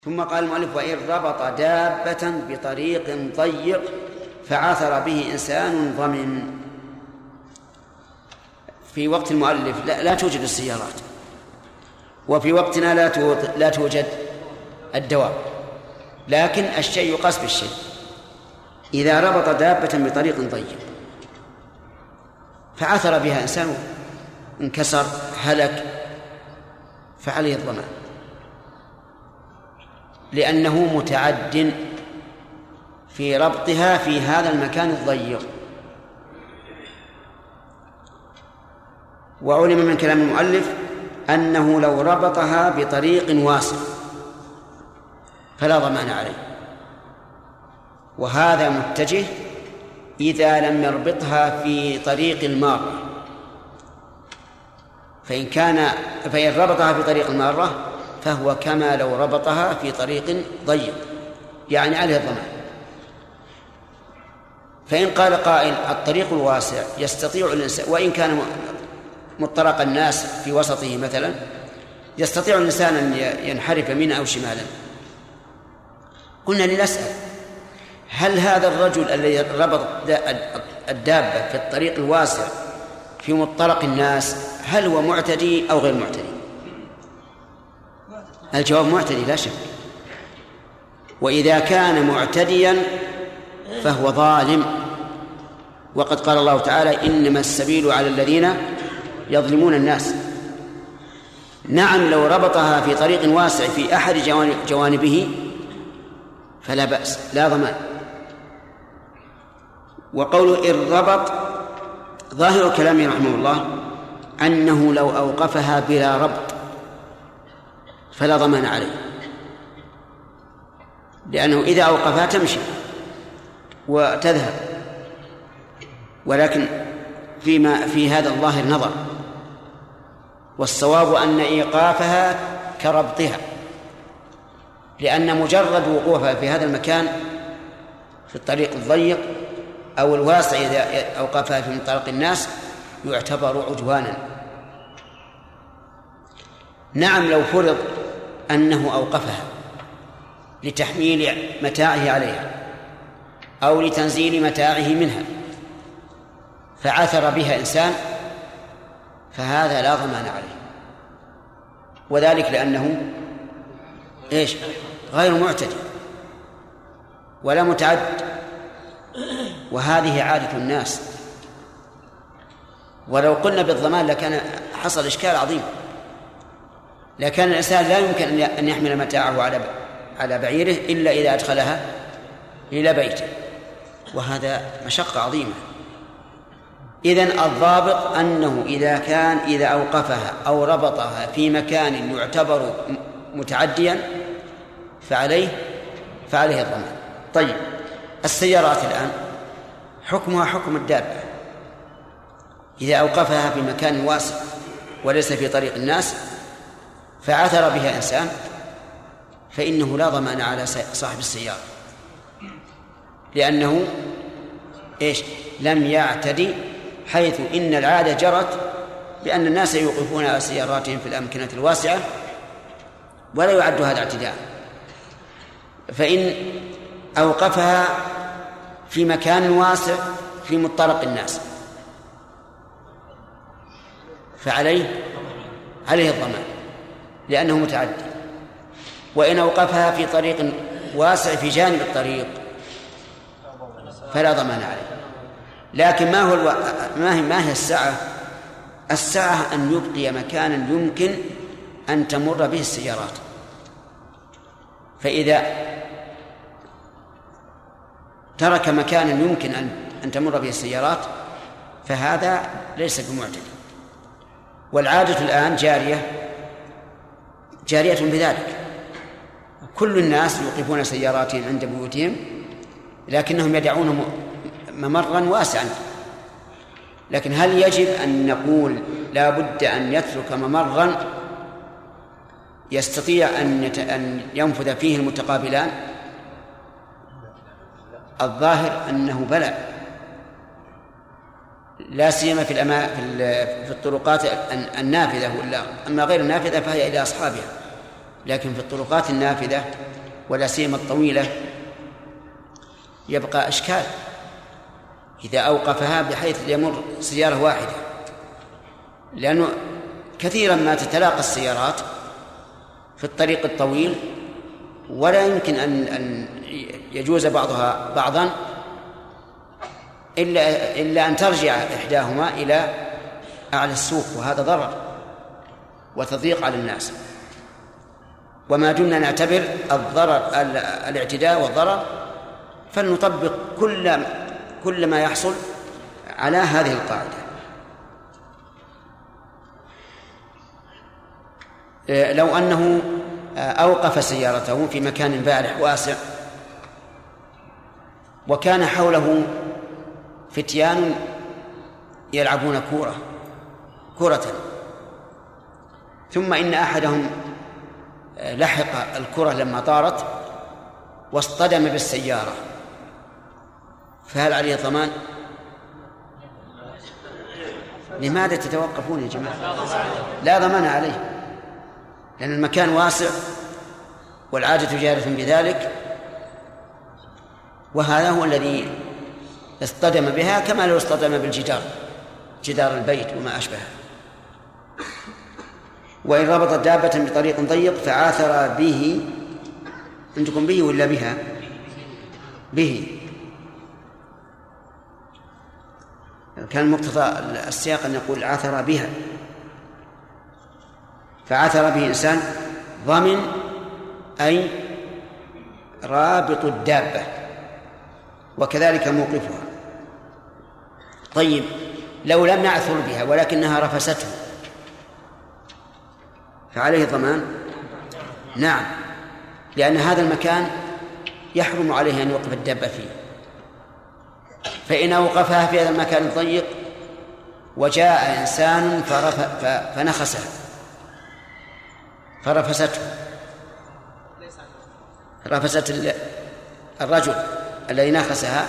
ثم قال المؤلف: وإن ربط دابة بطريق ضيق فعثر به إنسان ضمن. في وقت المؤلف لا توجد السيارات، وفي وقتنا لا توجد الدواب، لكن الشيء يقاس بالشيء. إذا ربط دابة بطريق ضيق فعثر بها إنسان، انكسر، هلك، فعليه الضمان، لأنه متعد في ربطها في هذا المكان الضيق. وعلم من كلام المؤلف أنه لو ربطها بطريق واسع فلا ضمان عليه، وهذا متجه إذا لم يربطها في طريق المارة. فإن ربطها في طريق المارة فهو كما لو ربطها في طريق ضيق، يعني عليه الضمان. فإن قال قائل: الطريق الواسع يستطيع الإنسان، وإن كان مطرق الناس في وسطه مثلا، يستطيع الإنسان أن ينحرف يمينا أو شمالا. قلنا لنسأل: هل هذا الرجل الذي ربط الدابة في الطريق الواسع في مطرق الناس هل هو معتدي أو غير معتدي؟ الجواب: معتدي لا شك. وإذا كان معتديا فهو ظالم، وقد قال الله تعالى: إنما السبيل على الذين يظلمون الناس. نعم، لو ربطها في طريق واسع في أحد جوانبه فلا بأس، لا ضمان. وقول إن ربط، ظاهر كلامه رحمه الله أنه لو أوقفها بلا ربط فلا ضمان عليه، لأنه إذا أوقفها تمشي وتذهب، ولكن في هذا الظاهر نظر، والصواب أن إيقافها كربطها، لأن مجرد وقوفها في هذا المكان في الطريق الضيق أو الواسع إذا أوقفها في منطلق الناس يعتبر عدوانا. نعم، لو فرض أنه أوقفها لتحميل متاعه عليها أو لتنزيل متاعه منها فعثر بها إنسان فهذا لا ضمان عليه، وذلك لأنه غير معتدي ولا متعد، وهذه عادة الناس. ولو قلنا بالضمان لكان حصل إشكال عظيم، لكن الإنسان لا يمكن أن يحمل متاعه على بعيره إلا إذا أدخلها إلى بيته، وهذا مشقة عظيمة. إذن الضابط أنه إذا أوقفها أو ربطها في مكان يعتبر متعديا فعليه الضمان. طيب، السيارات الآن حكمها حكم الدابة. إذا أوقفها في مكان واسع وليس في طريق الناس فعثر بها إنسان فإنه لا ضمان على صاحب السيارة، لأنه لم يعتدي، حيث إن العادة جرت بأن الناس يوقفون على سياراتهم في الأمكنة الواسعة ولا يعد هذا اعتداء. فإن أوقفها في مكان واسع في مطرق الناس فعليه الضمان لأنه متعدي. وإن أوقفها في طريق واسع في جانب الطريق فلا ضمان عليه. لكن ما هي السعة؟ السعة أن يبقي مكانا يمكن أن تمر به السيارات، فإذا ترك مكانا يمكن أن تمر به السيارات فهذا ليس بمعتدي. والعادة الآن جارية بذلك، كل الناس يوقفون سياراتهم عند بيوتهم لكنهم يدعون ممرا واسعا. لكن هل يجب أن نقول لا بد أن يترك ممرا يستطيع أن ينفذ فيه المتقابلان؟ الظاهر أنه بلى، لا سيما في الطرقات النافذة، أما غير النافذة فهي إلى أصحابها، لكن في الطرقات النافذة ولا سيما الطويلة يبقى إشكال إذا أوقفها بحيث يمر سيارة واحدة، لأنه كثيرا ما تتلاقى السيارات في الطريق الطويل ولا يمكن أن يجوز بعضها بعضا إلا أن ترجع إحداهما إلى أعلى السوق، وهذا ضرر وتضييق على الناس. وما دمنا نعتبر الضرر الاعتداء والضرر فلنطبق كل ما يحصل على هذه القاعدة. لو أنه أوقف سيارته في مكان بارح واسع وكان حوله فتيان يلعبون كرة، ثم إن أحدهم لحق الكرة لما طارت واصطدم بالسيارة، فهل عليه ضمان؟ لماذا تتوقفون يا جماعة؟ لا ضمان عليه، لأن المكان واسع والعادة جارة بذلك، وهذا هو الذي اصطدم بها كما لو اصطدم بالجدار، جدار البيت وما أشبهه. وإن ربط دابة بطريق ضيق فعاثر به، عندكم به ولا بها؟ به. كان مقتضى السياق أن يقول عاثر بها، فعاثر به إنسان ضمن أي رابط الدابة وكذلك موقفها. طيب لو لم يعثر بها ولكنها رفسته فعليه ضمان؟ نعم، لأن هذا المكان يحرم عليه أن يوقف الدابة فيه، فإن أوقفها في هذا المكان الضيق وجاء إنسان فنخسها فرفسته، رفست الرجل الذي نخسها،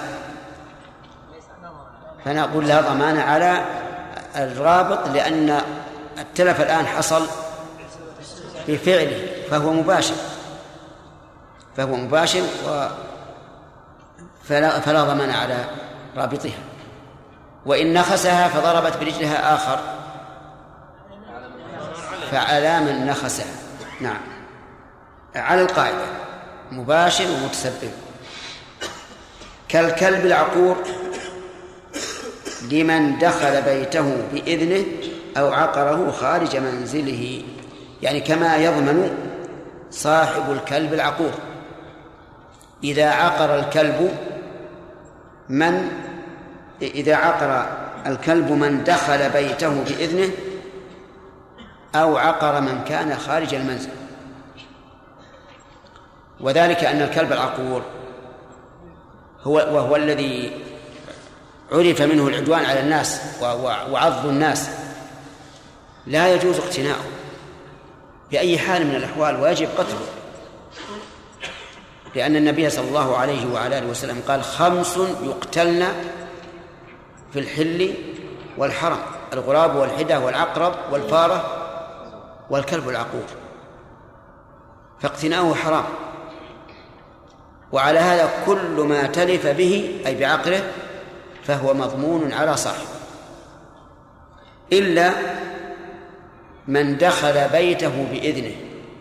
فنقول لها ضمان على الرابط، لأن التلف الآن حصل بفعله فهو مباشر فلا ضمان على رابطها. وإن نخسها فضربت برجلها آخر فعلى من نخسها. نعم، على القاعدة مباشر ومتسبب. كالكلب العقور لمن دخل بيته بإذنه أو عقره خارج منزله، يعني كما يضمن صاحب الكلب العقور إذا عقر الكلب من دخل بيته بإذنه أو عقر من كان خارج المنزل. وذلك أن الكلب العقور وهو الذي عرف منه العدوان على الناس وعض الناس لا يجوز اقتناؤه بأي حال من الأحوال ويجب قتله، لأن النبي صلى الله عليه وعلى آله وسلم قال 5 يقتلن في الحل والحرم: الغراب والحدة والعقرب والفارة والكلب العقور، فاقتناؤه حرام. وعلى هذا كل ما تلف به أي بعقله فهو مضمون على صاحبه، إلا من دخل بيته بإذنه.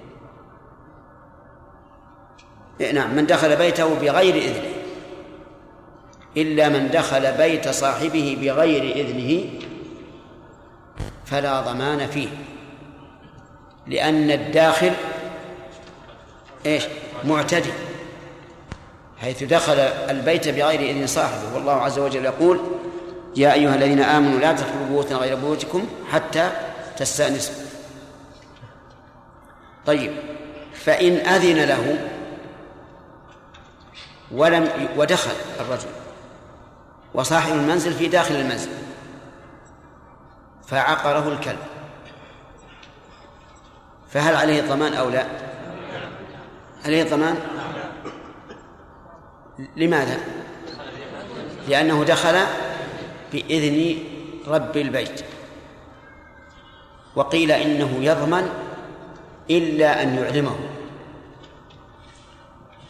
نعم، من دخل بيته بغير إذنه، إلا من دخل بيت صاحبه بغير إذنه فلا ضمان فيه، لأن الداخل معتدي حيث دخل البيت بغير إذن صاحبه. والله عز وجل يقول: يا أيها الذين آمنوا لا تدخلوا بيوتا غير بيوتكم حتى تستأنسوا. طيب، فإن أذن له ودخل الرجل وصاحب المنزل في داخل المنزل فعقره الكلب، فهل عليه الضمان أو لا؟ عليه الضمان. لماذا؟ لأنه دخل بإذن رب البيت، وقيل إنه يضمن إلا أن يعلمه،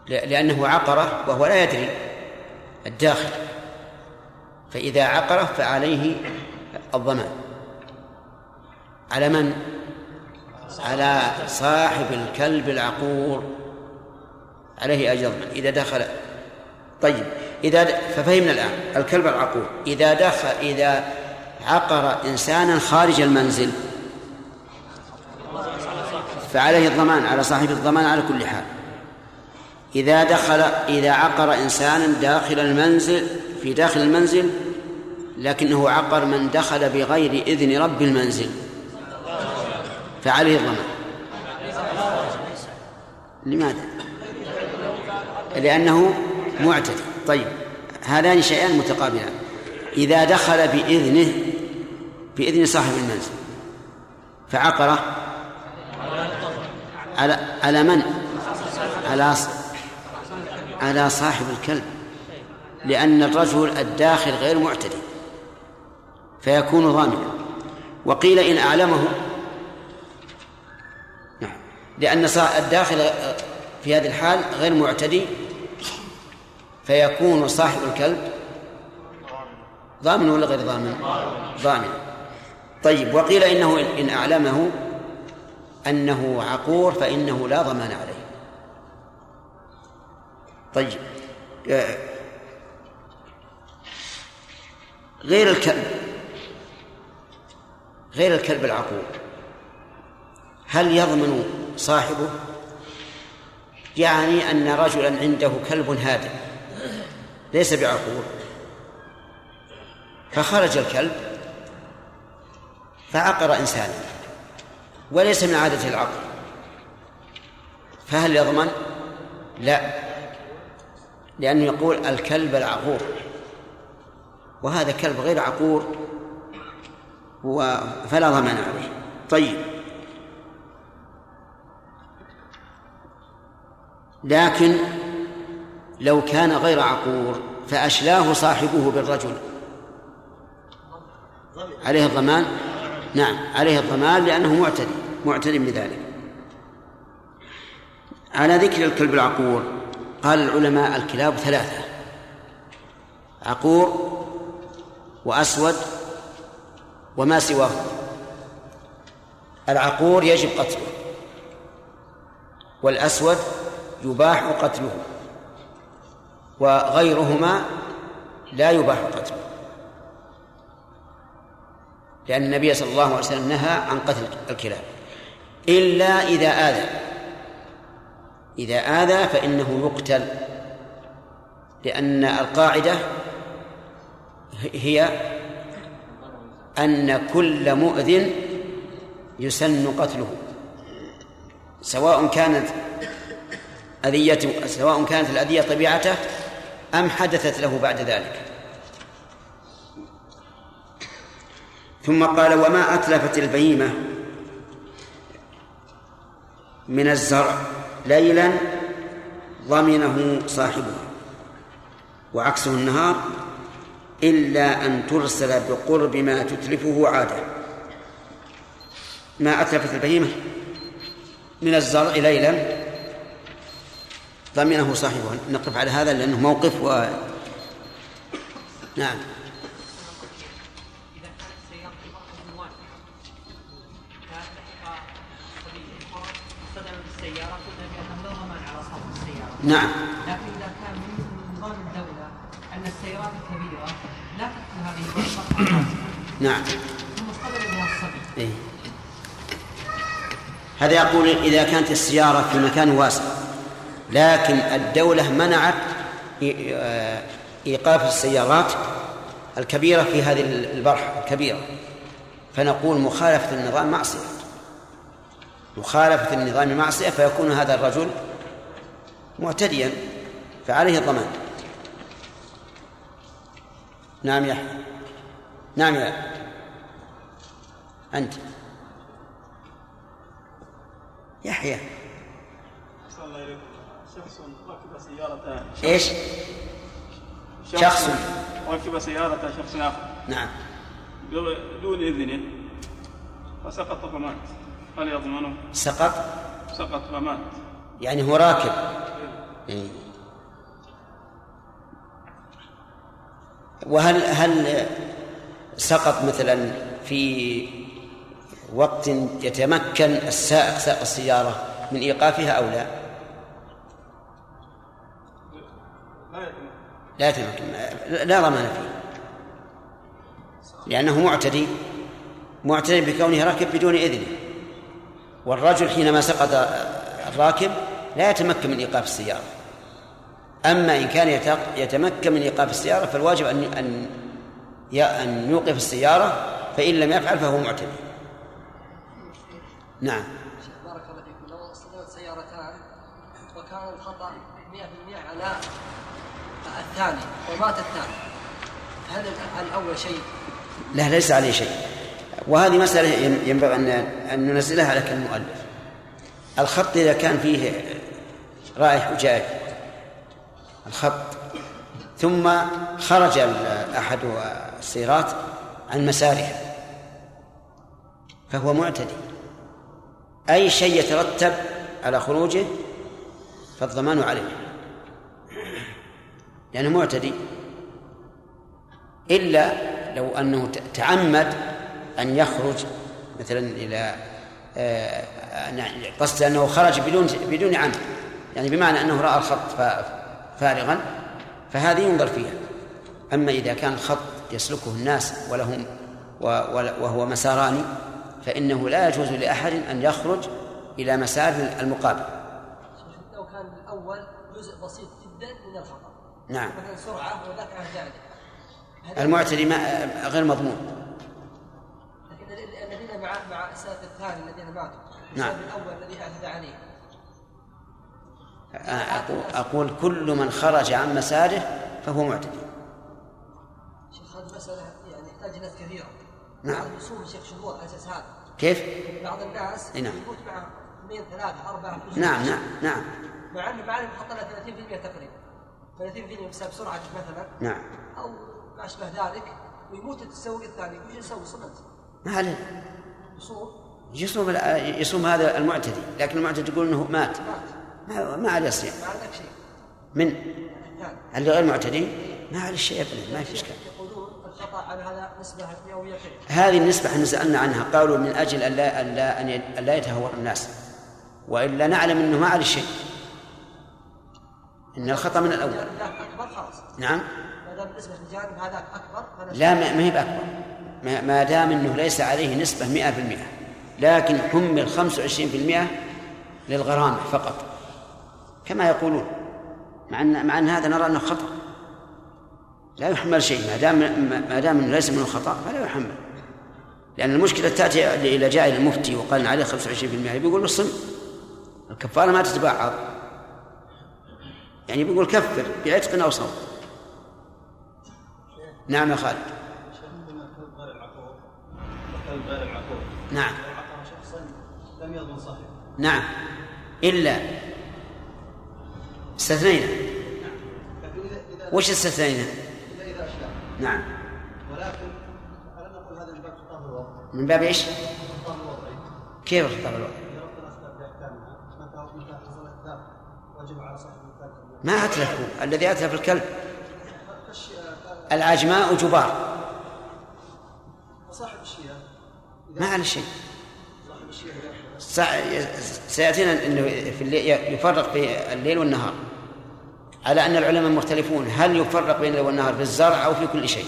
لأنه عقره وهو لا يدري الداخل، فإذا عقره فعليه الضمان. على من؟ على صاحب الكلب العقور، عليه أجر إذا دخل. طيب، ففهمنا الآن الكلب العقور إذا عقر إنسانا خارج المنزل فعليه الضمان، على صاحب الضمان على كل حال. إذا عقر إنسانا داخل المنزل، في داخل المنزل، لكنه عقر من دخل بغير إذن رب المنزل فعليه الضمان. لماذا؟ لأنه معتدي. طيب، هذان شيئان متقابلان. إذا دخل بإذن صاحب المنزل فعقره على من؟ على صاحب الكلب، لأن الرجل الداخل غير معتدي فيكون ضامنا. وقيل إن أعلمه، لأن الداخل في هذه الحال غير معتدي فيكون صاحب الكلب ضامن ولا غير ضامن؟ ضامن. طيب، وقيل إنه إن أعلمه أنه عقور فإنه لا ضمان عليه. طيب، غير الكلب العقور هل يضمن صاحبه؟ يعني أن رجلا عنده كلب هادئ ليس بعقور فخرج الكلب فعقر إنسانا وليس من عادة العقر، فهل يضمن؟ لا، لأنه يقول الكلب العقور، وهذا كلب غير عقور فلا ضمان عليه. طيب، لكن لو كان غير عقور فأشلاه صاحبه بالرجل عليه الضمان؟ نعم، عليه الضمان لأنه معتدي بذلك. على ذكر الكلب العقور قال العلماء الكلاب ثلاثة: عقور وأسود وما سواه. العقور يجب قتله، والأسود يباح قتله، وغيرهما لا يباح قتله، لأن النبي صلى الله عليه وسلم نهى عن قتل الكلاب إلا إذا آذى فإنه يقتل، لأن القاعدة هي أن كل مؤذن يسن قتله، سواء كانت الأذية طبيعته أم حدثت له بعد ذلك. ثم قال: وما أتلفت البهيمة من الزرع ليلا ضمنه صاحبه، وعكسه النهار، إلا أن ترسل بقرب ما تتلفه عادة. ما أتلفت البهيمة من الزرع ليلا ضمنه صاحبه. نقف على هذا لأنه موقف نعم. نعم. لكن إذا كان من نظام الدولة أن السيارات الكبيرة لا تدخل هذه الصفحة نعم ثم اصطدم بها الصبي. هذا يقول إذا كانت السيارة في مكان واسع لكن الدولة منعت إيقاف السيارات الكبيرة في هذه البرحة الكبيرة، فنقول مخالفة النظام معصية، مخالفة النظام معصية، فيكون هذا الرجل معتديا فعليه الضمان. نعم يا أحمد. نعم يا أنت يحيى. شخص ركب سيارة إيش؟ شخص ركب سيارة شخص آخر. نعم. دون إذنه فسقط فمات، هل يضمنه؟ سقط فمات، يعني هو راكب وهل سقط مثلا في وقت يتمكن السائق سائق السيارة من إيقافها أو لا؟ لا يتمكن، لا ضمان فيه، لأنه معتدي بكونه راكب بدون إذنه. والرجل حينما سقط الراكب لا يتمكن من إيقاف السيارة. أما إن كان يتمكن من إيقاف السيارة فالواجب أن يوقف السيارة، فإن لم يفعل فهو معتدي. نعم. بارك الله فيكم. لو اصطدمت سيارتان وكان الخطأ 100% على الثاني ومات الثاني، هل الأول شيء؟ لا، ليس عليه شيء. وهذه مسألة ينبغي أن ننزلها على كل مؤلف. الخط إذا كان فيه رائح وجاي الخط ثم خرج أحد السيارات عن مسارها فهو معتدي. أي شيء يترتب على خروجه فالضمان عليه لأنه معتدي، إلا لو أنه تعمد أن يخرج مثلا إلى قصد أنه خرج بدون عمد، يعني بمعنى أنه رأى الخط فارغا، فهذه ينظر فيها. أما إذا كان الخط يسلكه الناس وهو مساران فإنه لا يجوز لأحد أن يخرج إلى مسار المقابل. لو كان الأول جزء بسيط جدا من الخطأ، نعم، مثلا سرعة وذاك جانب، المعتدي غير مضمون. لكن الذين مع السائق الثاني الذين ماتوا، نعم، الأول الذي اعتدى عليه، أقول كل من خرج عن مساره فهو معتدي. شيخ هذه مسألة يعني يحتاج ناس كثيرة. نعم. يصوم شيخ شهور على أساس هذا. كيف؟ بعض الناس نعم. يموت مع 2 3 4 نعم. مع أنه حط لها 30% تقريبا، 30% بسبب سرعة مثلا. نعم. أو ما أشبه ذلك، ويموت التسوق الثاني، وش يسوي؟ صمت. ما عليه. يصوم هذا المعتدي، لكن المعتدي يقول إنه مات. ما عليه صيام. ما عندك شيء. من اللي غير معتدي ما عليه شيء أبدا، ما في إشكال. يقولون الخطأ على هذا نسبة مئوية. هذه النسبة احنا سألنا عنها، قالوا من أجل أن لا يتهور الناس، وإلا نعلم أنه ما عليه شيء، إن الخطأ من الأول. أكبر خلاص. نعم. ما دام نسبة الجانب هذاك أكبر. لا، ما هي بأكبر، ما دام أنه ليس عليه نسبة 100%، لكن حمل 25% للغرامة فقط كما يقولون، مع أن هذا نرى أنه خطأ، لا يحمل شيء ما دام أنه ليس منه خطأ فلا يحمل. لأن المشكلة تأتي إلى جاء المفتي وقال عليه 25%، بيقول الصم الكفارة ما تتبعض، يعني بيقول كفر بعتق أو صوم. نعم يا خالد. نعم. لم يضمن صاحبه. نعم، إلا استثنينا. وش استثنينا؟ إذا أشياء. نعم. ولكن ألا نقول هذا من باب خطاب الوضع. من باب إيش؟ خطاب الوضعي. كيف خطاب الوضع؟ إذا ربط الأسباب بأحكامها متى حصل الإتلاف وجب على صاحب الكلب. ما أتلفه، الذي أتلف الكلب العجماء جبار. وصاحب الشيء ما على شيء. صاحب الشيء سيأتينا أنه في الليل يفرق بين الليل والنهار، على أن العلماء مختلفون هل يفرق بين الليل والنهار في الزرع أو في كل شيء.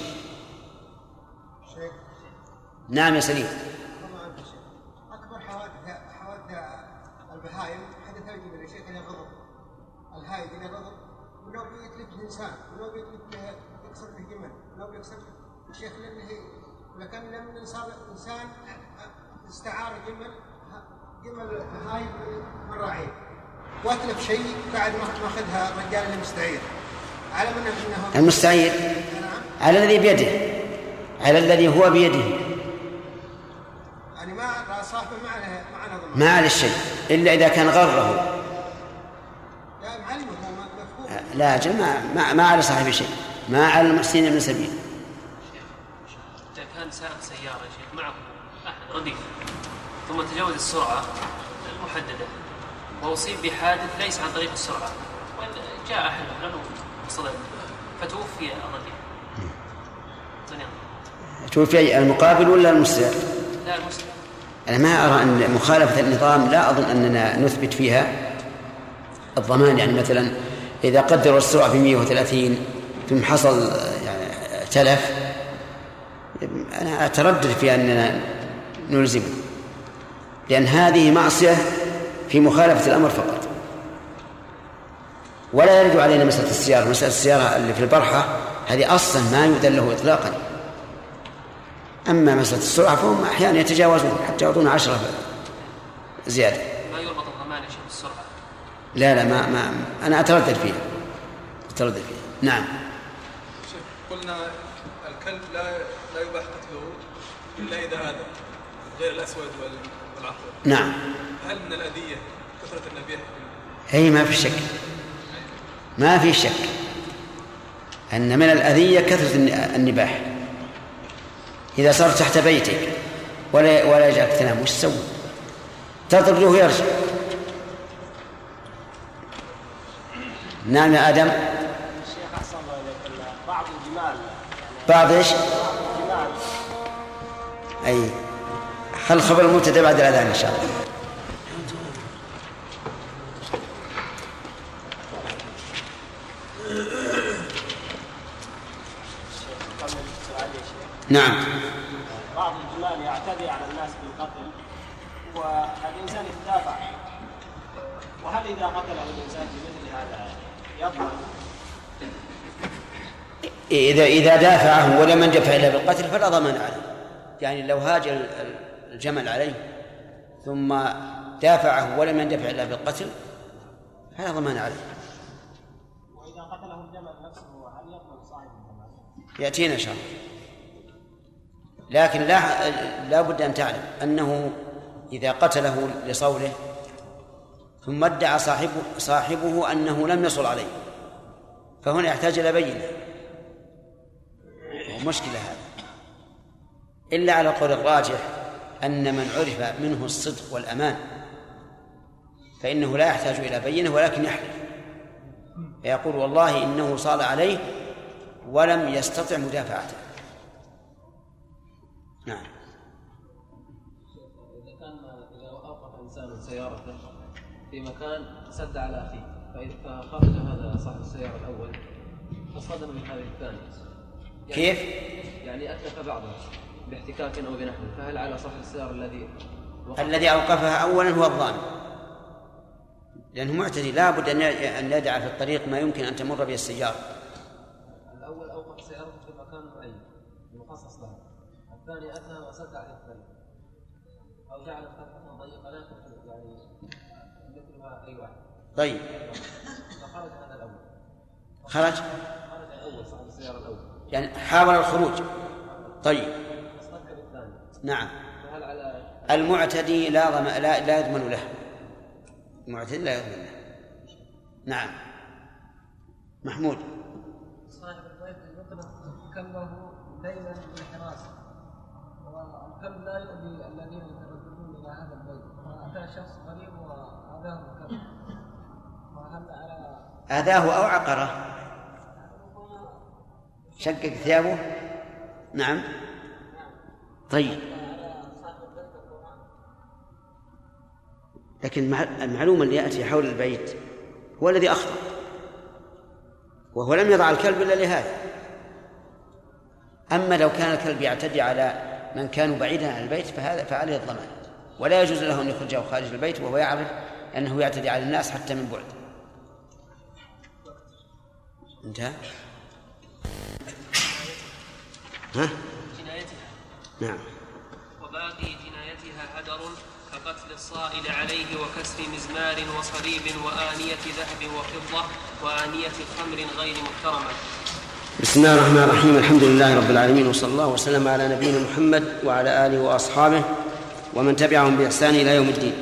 نعم يا سليم. أكبر حوادث البهائم حدث من الشيخ إلى غضب الهائد إلى غضب، ولو بيتلف الإنسان، ولو يكسر به جمل، ولو يكسر الشيخ لأنه لكن لم إنسان استعار جمل هاي من راعيه واتلف شيء بعد ما أخذها رجال المستعير، على من أنه المستعير على الذي بيده، على الذي هو بيده، يعني ما صاحبه معنا ضمان، ما على الشيء إلا إذا كان غره. لا معلم هو مفهوم. لا أجل ما على صاحب شيء، ما على المحسنين من سبيل. إذا كان سائق سيارة شيخ معه أحد رديف ثم تجاوز السرعة المحددة وأصيب بحادث ليس عن طريق السرعة جاء أحد له صدق فتوفي الرجل. توفي المقابل ولا المسلم؟ لا المسلم. أنا ما أرى أن مخالفة النظام لا أظن أننا نثبت فيها الضمان. يعني مثلا إذا قدروا السرعة في 130 ثم حصل يعني تلف، أنا أتردد في أننا نلزمه، لأن هذه معصية في مخالفة الأمر فقط. ولا يرد علينا مسألة السيارة. مسألة السيارة اللي في البرحة هذه أصلا ما يؤذن له إطلاقا. أما مسألة السرعة فهم أحيانا يتجاوزون حتى يعطون 10 زيادة. ما يربط الضمان شيء بالسرعة. لا ما أنا أتردد فيها. نعم. قلنا الكلب لا يباح قتله إلا إذا هذا غير الأسود والعقرب. نعم. هل من الأذية كثرة النبيح؟ أي ما في شك أن من الأذية كثرة النباح. إذا صار تحت بيتك ولا يجعلك تنام وش تسوي؟ تطرده ويرجع. نعم يا آدم. الشيخ أحسن الله إليك، بعض الجمال بعض إيش؟ الجمال. أي خل خبر المبتدأ بعد الأذان إن شاء الله. نعم. بعض الجمال يعتدي على الناس بالقتل والإنسان يتدافع، وهل إذا قتله الإنسان بمثل هذا يضمن؟ إذا دافعه ولم يندفع إلا بالقتل فلا ضمان عليه. يعني لو هاج الجمل عليه ثم دافعه ولم يندفع إلا بالقتل فلا ضمان عليه. وإذا قتله الجمل نفسه هل يضمن صاحب الجمل؟ يأتينا إن شاء الله. لكن لا بد أن تعلم أنه إذا قتله لصوله ثم ادعى صاحبه أنه لم يصل عليه فهنا يحتاج إلى بينة، ومشكلة هذا. إلا على القول الراجح أن من عرف منه الصدق والأمان فإنه لا يحتاج إلى بينة ولكن يحلف فيقول والله إنه صال عليه ولم يستطع مدافعته. نعم. إذا أوقف إنسان سيارته في مكان سد على أخيه فخرج هذا صاحب السيارة الأول فصدم من هذه الثانية، يعني كيف؟ يعني أتلف بعضه باحتكاك أو بنحو، فهل على صاحب السيارة الذي أوقفها أولا هو الضامن، لأنه معتدي لا بد أن يدع في الطريق ما يمكن أن تمر به السيارة. الأول أوقف سيارته في مكان معين مخصص له، الثاني أتى وسد على الطريق أو جعل فتحة ضيقة لا تدخل يعني مثلها أي واحد. طيب. فخرج هذا الأول. خرج الأول صاحب السيارة الأول. يعني حاول الخروج. طيب. استركب الثاني. نعم. فهل على المعتدي لا يضمن له. المعتدي لا يضمن له. نعم. محمود. صاحب البيت يطلق كلبه ليلا للحراسة، والكلب لا يؤذي الذين يترددون إلى هذا البيت، فأتى شخص غريب وأذاه الكلب، وهل على أذاه أو عقره؟ شقق ثيابه؟ نعم. طيب. لكن المعلومة اللي يأتي حول البيت هو الذي أخطأ، وهو لم يضع الكلب إلا لهذا. أما لو كان الكلب يعتدي على من كانوا بعيدا عن البيت فعليه الضمان، ولا يجوز له أن يخرجه خارج البيت وهو يعرف أنه يعتدي على الناس حتى من بعد. انتهى. ها؟ جنايتها. نعم. وباقي جنايتها هدر كقتل الصائل عليه وكسر مزمار وصليب وآنية ذهب وفضة وآنية خمر غير محترمة. بسم الله الرحمن الرحيم. الحمد لله رب العالمين، وصلى الله وسلم على نبينا محمد وعلى آله وأصحابه ومن تبعهم بإحسان إلى يوم الدين.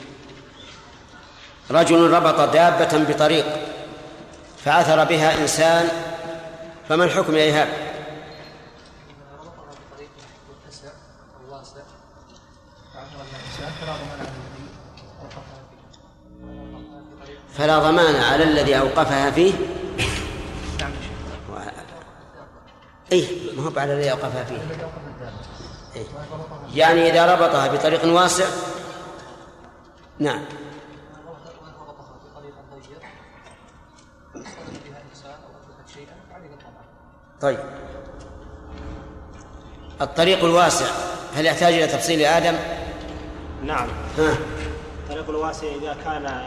رجل ربط دابة بطريق فعثر بها إنسان، فما الحكم يا إيهاب؟ فلا ضمان على الذي أوقفها فيه. ما هو على الذي أوقفها فيه. يعني إذا ربطها بطريق واسع. نعم. طيب، الطريق الواسع هل يحتاج إلى تفصيل آدم؟ نعم. الطريق الواسع إذا كان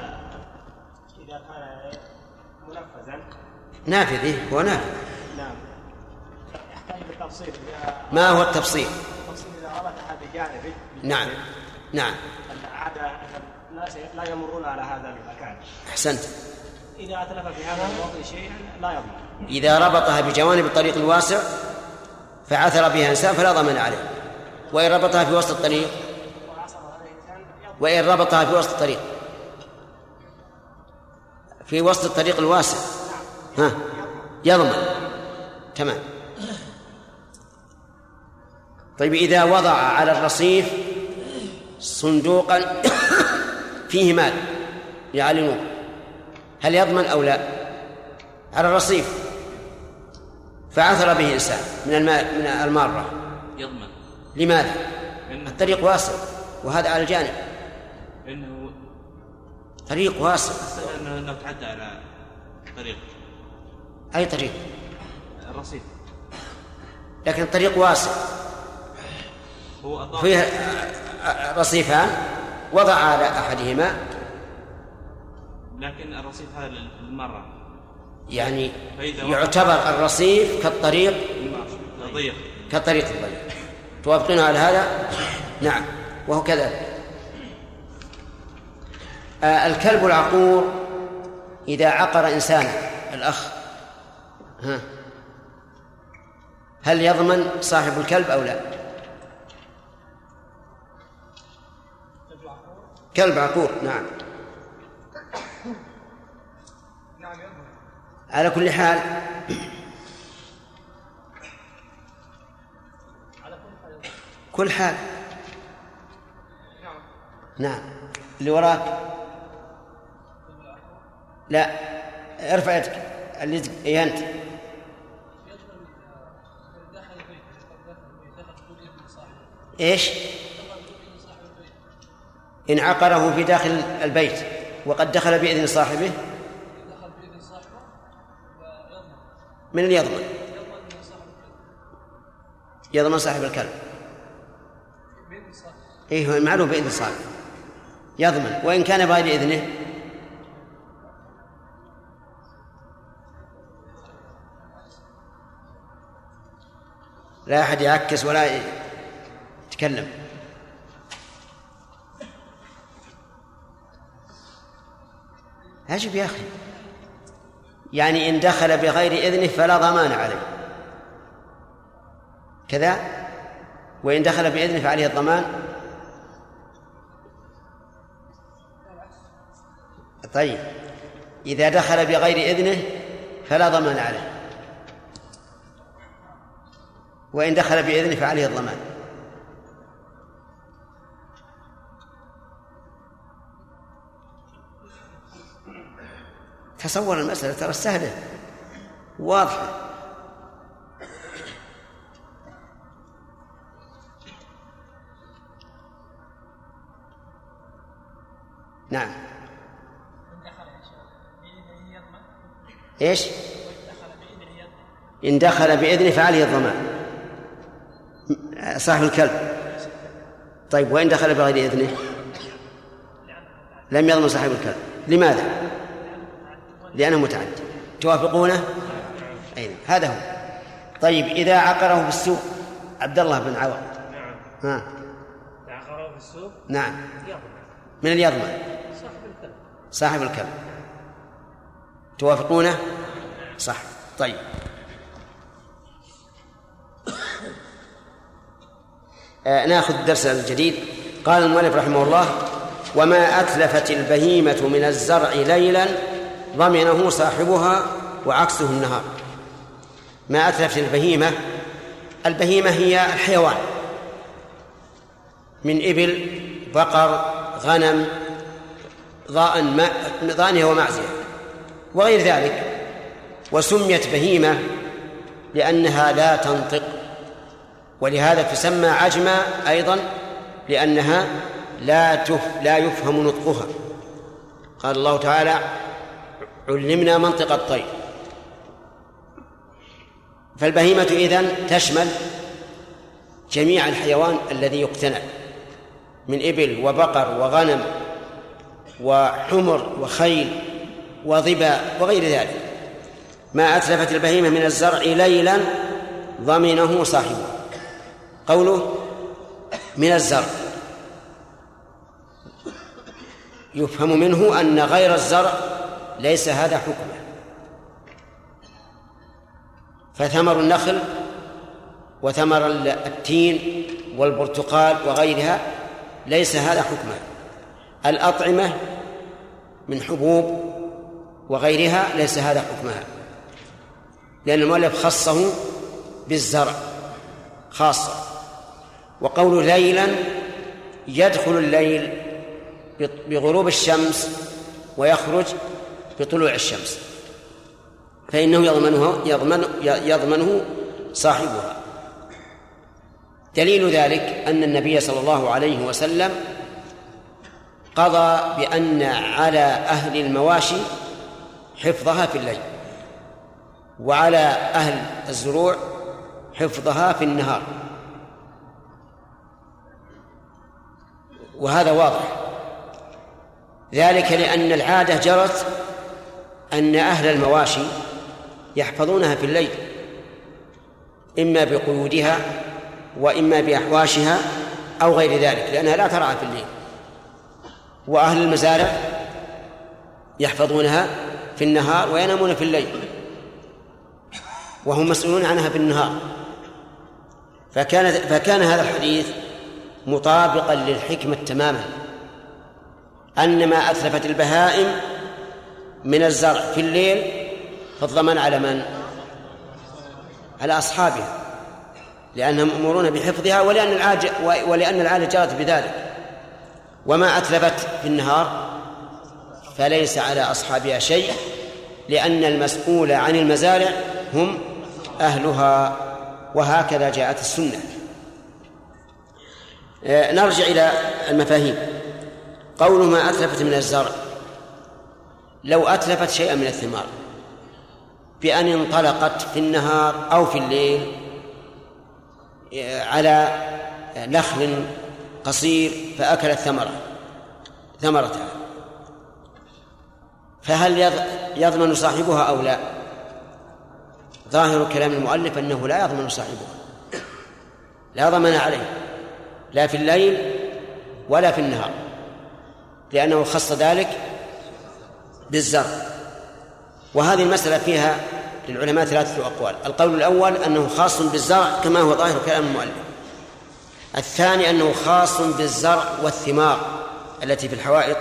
منفذا نافذ. هو نافذ. نعم. يحتاج إلى تفصيل. ما هو التفصيل؟ التفصيل إذا ربطها بجانبه. نعم. هذا الناس لا يمرون على هذا المكان. أحسنت. إذا أتلف في هذا الموضع شيئا لا يضمن. إذا ربطها بجوانب الطريق الواسع فعثر بها إنسان فلا ضمان عليه. وإن ربطها في وسط الطريق في وسط الطريق الواسع يضمن. تمام. طيب، إذا وضع على الرصيف صندوقا فيه مال يعلنه هل يضمن أو لا؟ على الرصيف فعثر به إنسان من المارة يضمن. لماذا؟ الطريق واسع وهذا على الجانب. إنه طريق واسع. إنه تعدى على طريق. أي طريق؟ الرصيف. لكن الطريق واسع فيه رصيفان وضع على أحدهما. لكن الرصيف هذا للمرة يعني يعتبر الرصيف كالطريق الضيق. توافقون على هذا؟ نعم، وهو كذلك. الكلب العقور إذا عقر إنسان الأخ هل يضمن صاحب الكلب أو لا؟ كلب عقور. نعم. على كل حال كل حال. نعم. اللي وراك لا، ارفع يدك. اللي أنت إيش؟ إن عقره في داخل البيت وقد دخل بإذن صاحبه من اللي يضمن؟ يضمن صاحب الكلب. هو معلوم بإذن صاحبه يضمن، وإن كان بغير إذنه لا أحد يعكس ولا يتكلم. عجب يا أخي، يعني إن دخل بغير إذنه فلا ضمان عليه كذا، وإن دخل بإذنه فعليه الضمان. طيب، إذا دخل بغير إذنه فلا ضمان عليه، وإن دخل بإذنه فعليه الضمان. تصور المسألة ترى سهلة واضحة. نعم. إيش؟ إن دخل بإذنه فعليه الضمان صاحب الكلب. طيب، وإن دخل بغير إذنه لم يضمن صاحب الكلب. لماذا؟ لأنه متعدي. توافقونه؟ أين هذا هو. طيب، إذا عقره في السوق عبد الله بن عوض. نعم. عقره في السوق. نعم. من اللي يضمن؟ صاحب الكلب. توافقونه؟ صح. طيب، نأخذ الدرس الجديد. قال المؤلف رحمه الله: وما أتلفت البهيمة من الزرع ليلا ضمنه صاحبها وعكسه النهار. ما أتلفت البهيمة هي الحيوان من إبل، بقر، غنم، ضأن ومعزية وغير ذلك. وسميت بهيمة لأنها لا تنطق، ولهذا تسمى عجمة أيضا لأنها لا يفهم نطقها. قال الله تعالى: علمنا منطق الطير. فالبهيمة إذن تشمل جميع الحيوان الذي يقتنى من إبل وبقر وغنم وحمر وخيل وظباء وغير ذلك. ما أتلفت البهيمة من الزرع ليلا ضمنه صاحبه. قوله من الزرع يفهم منه أن غير الزرع ليس هذا حكمه، فثمر النخل وثمر التين والبرتقال وغيرها ليس هذا حكمه. الأطعمة من حبوب وغيرها ليس هذا حكمها، لأن المؤلف خصه بالزرع خاصة. وقول ليلا يدخل الليل بغروب الشمس ويخرج بطلوع الشمس، فإنه يضمنه صاحبها. دليل ذلك أن النبي صلى الله عليه وسلم قضى بأن على أهل المواشي حفظها في الليل، وعلى أهل الزروع حفظها في النهار، وهذا واضح. ذلك لأن العادة جرت أن أهل المواشي يحفظونها في الليل، إما بقيودها وإما بأحواشها أو غير ذلك، لأنها لا ترعى في الليل. وأهل المزارع يحفظونها في النهار وينامون في الليل، وهم مسؤولون عنها في النهار. فكان هذا الحديث مطابقا للحكمة تماما، أن ما أتلفت البهائم من الزرع في الليل فالضمان على من؟ على أصحابها، لأنهم مأمورون بحفظها ولأن العادة جرت بذلك. وما أتلفت في النهار فليس على أصحابها شيء، لأن المسؤول عن المزارع هم أهلها، وهكذا جاءت السنة. نرجع إلى المفاهيم. قول ما أتلفت من الزرع، لو أتلفت شيئا من الثمار بأن انطلقت في النهار أو في الليل على نخل قصير فأكلت ثمرتها، فهل يضمن صاحبها أو لا؟ ظاهر كلام المؤلف أنه لا يضمن صاحبها، لا ضمن عليه لا في الليل ولا في النهار، لأنه خص ذلك بالزرع. وهذه المسألة فيها للعلماء 3 أقوال. القول الأول أنه خاص بالزرع كما هو ظاهر كلام المؤلف. الثاني أنه خاص بالزرع والثمار التي في الحوائط،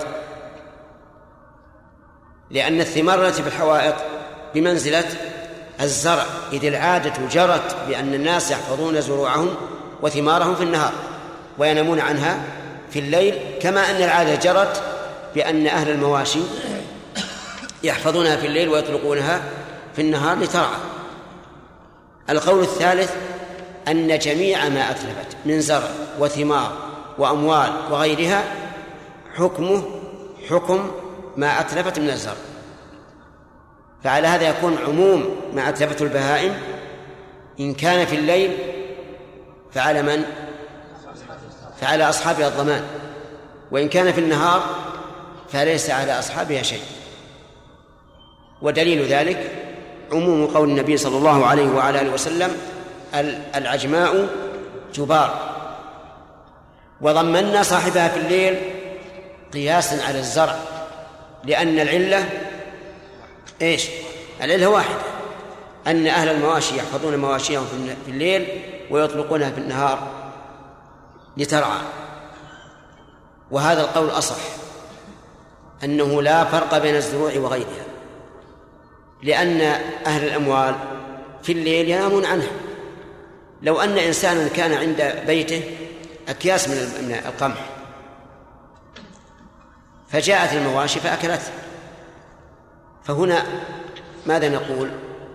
لأن الثمار التي في الحوائط بمنزلة الزرع، إذ العادة جرت بأن الناس يحفظون زروعهم وثمارهم في النهار وينامون عنها في الليل، كما أن العادة جرت بأن أهل المواشي يحفظونها في الليل ويطلقونها في النهار لترعى. القول الثالث أن جميع ما أتلفت من زرع وثمار وأموال وغيرها حكمه حكم ما أتلفت من الزرع، فعلى هذا يكون عموم ما أتلفته البهائم إن كان في الليل فعلى من؟ فعلى أصحابها الضمان، وإن كان في النهار فليس على أصحابها شيء. ودليل ذلك عموم قول النبي صلى الله عليه وعلى آله وسلم: العجماء جبار. وضمننا صاحبها في الليل قياسا على الزرع، لأن العلة إيش؟ العلة واحدة، أن أهل المواشي يحفظون مواشيهم في الليل ويطلقونها في النهار لترعى. وهذا القول أصح، أنه لا فرق بين الزروع وغيرها، لأن أهل الأموال في الليل ينامون عنها. لو أن إنسانا كان عند بيته أكياس من القمح فجاءت المواشي فأكلته، فهنا ماذا نقول؟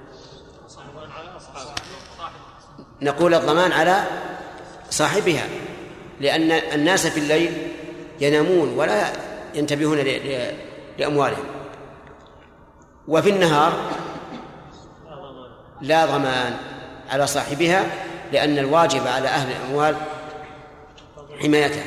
نقول الضمان على صاحبها، لأن الناس في الليل ينامون ولا ينتبهون لأموالهم، وفي النهار لا ضمان على صاحبها، لأن الواجب على أهل الأموال حمايتها.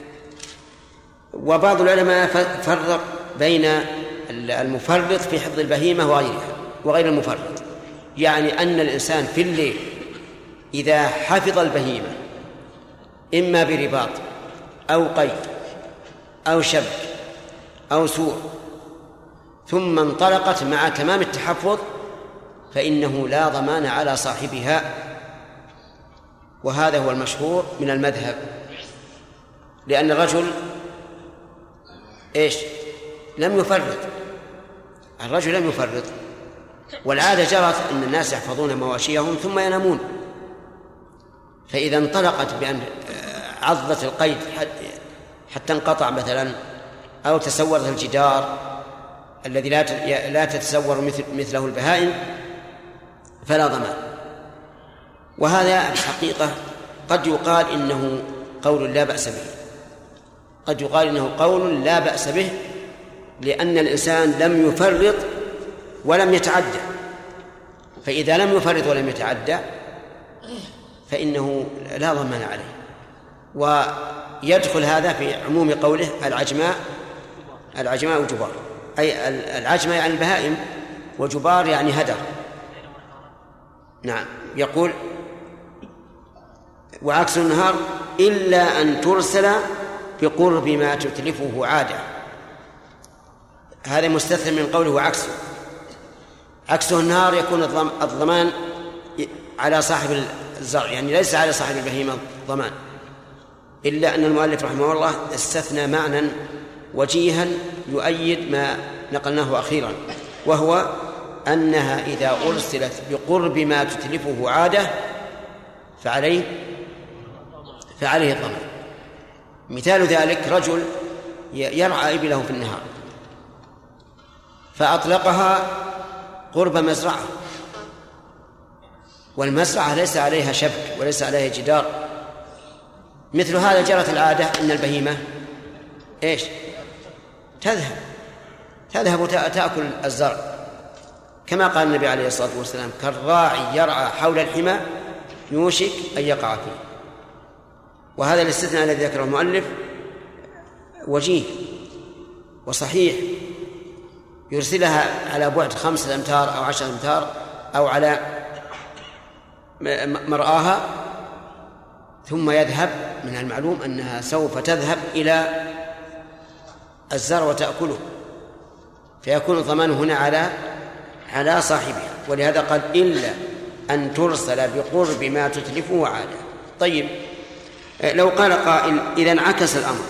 وبعض العلماء فرق بين المفرط في حفظ البهيمة وغير المفرط، يعني أن الإنسان في الليل إذا حفظ البهيمة إما برباط أو قيد أو شبك أو سور ثم انطلقت مع تمام التحفظ فإنه لا ضمان على صاحبها، وهذا هو المشهور من المذهب، لأن الرجل لم يفرط، والعادة جرت أن الناس يحفظون مواشيهم ثم ينامون، فإذا انطلقت بأن عضت القيد حتى انقطع مثلا أو تسورت الجدار الذي لا تتسور مثله البهائم فلا ضمان. وهذا الحقيقة قد يقال إنه قول لا بأس به، قد يقال إنه قول لا بأس به، لأن الإنسان لم يفرط ولم يتعدى، فإذا لم يفرط ولم يتعدى فإنه لا ضمان عليه. ويدخل هذا في عموم قوله العجماء وجبار، أي العجمة يعني البهائم وجبار يعني هدر. نعم. يقول وعكس النهار إلا أن ترسل بقرب ما تتلفه عادة، هذا مستثنى من قوله وعكسه. عكسه النهار يكون الضمان على صاحب الزرع، يعني ليس على صاحب البهيمة ضمان، إلا أن المؤلف رحمه الله استثنى معنى وجيها يؤيد ما نقلناه أخيرا، وهو أنها إذا أرسلت بقرب ما تتلفه عادة فعليه الضمان. مثال ذلك رجل يرعى إبله في النهار فأطلقها قرب مزرعة، والمزرعة ليس عليها شبك وليس عليها جدار، مثل هذا جرت العادة أن البهيمة تذهب تأكل الزرع، كما قال النبي عليه الصلاة والسلام كالراعي يرعى حول الحمى يوشك أن يقع فيه. وهذا الاستثناء الذي ذكره المؤلف وجيه وصحيح، يرسلها على بعد 5 أمتار أو 10 أمتار أو على مرآها ثم يذهب، من المعلوم أنها سوف تذهب إلى الزرع وتأكله، فيكون الضمان هنا على صاحبها. ولهذا قال إلا أن ترسل بقرب ما تتلفه عادة. طيب، لو قال قائل إذا انعكس الأمر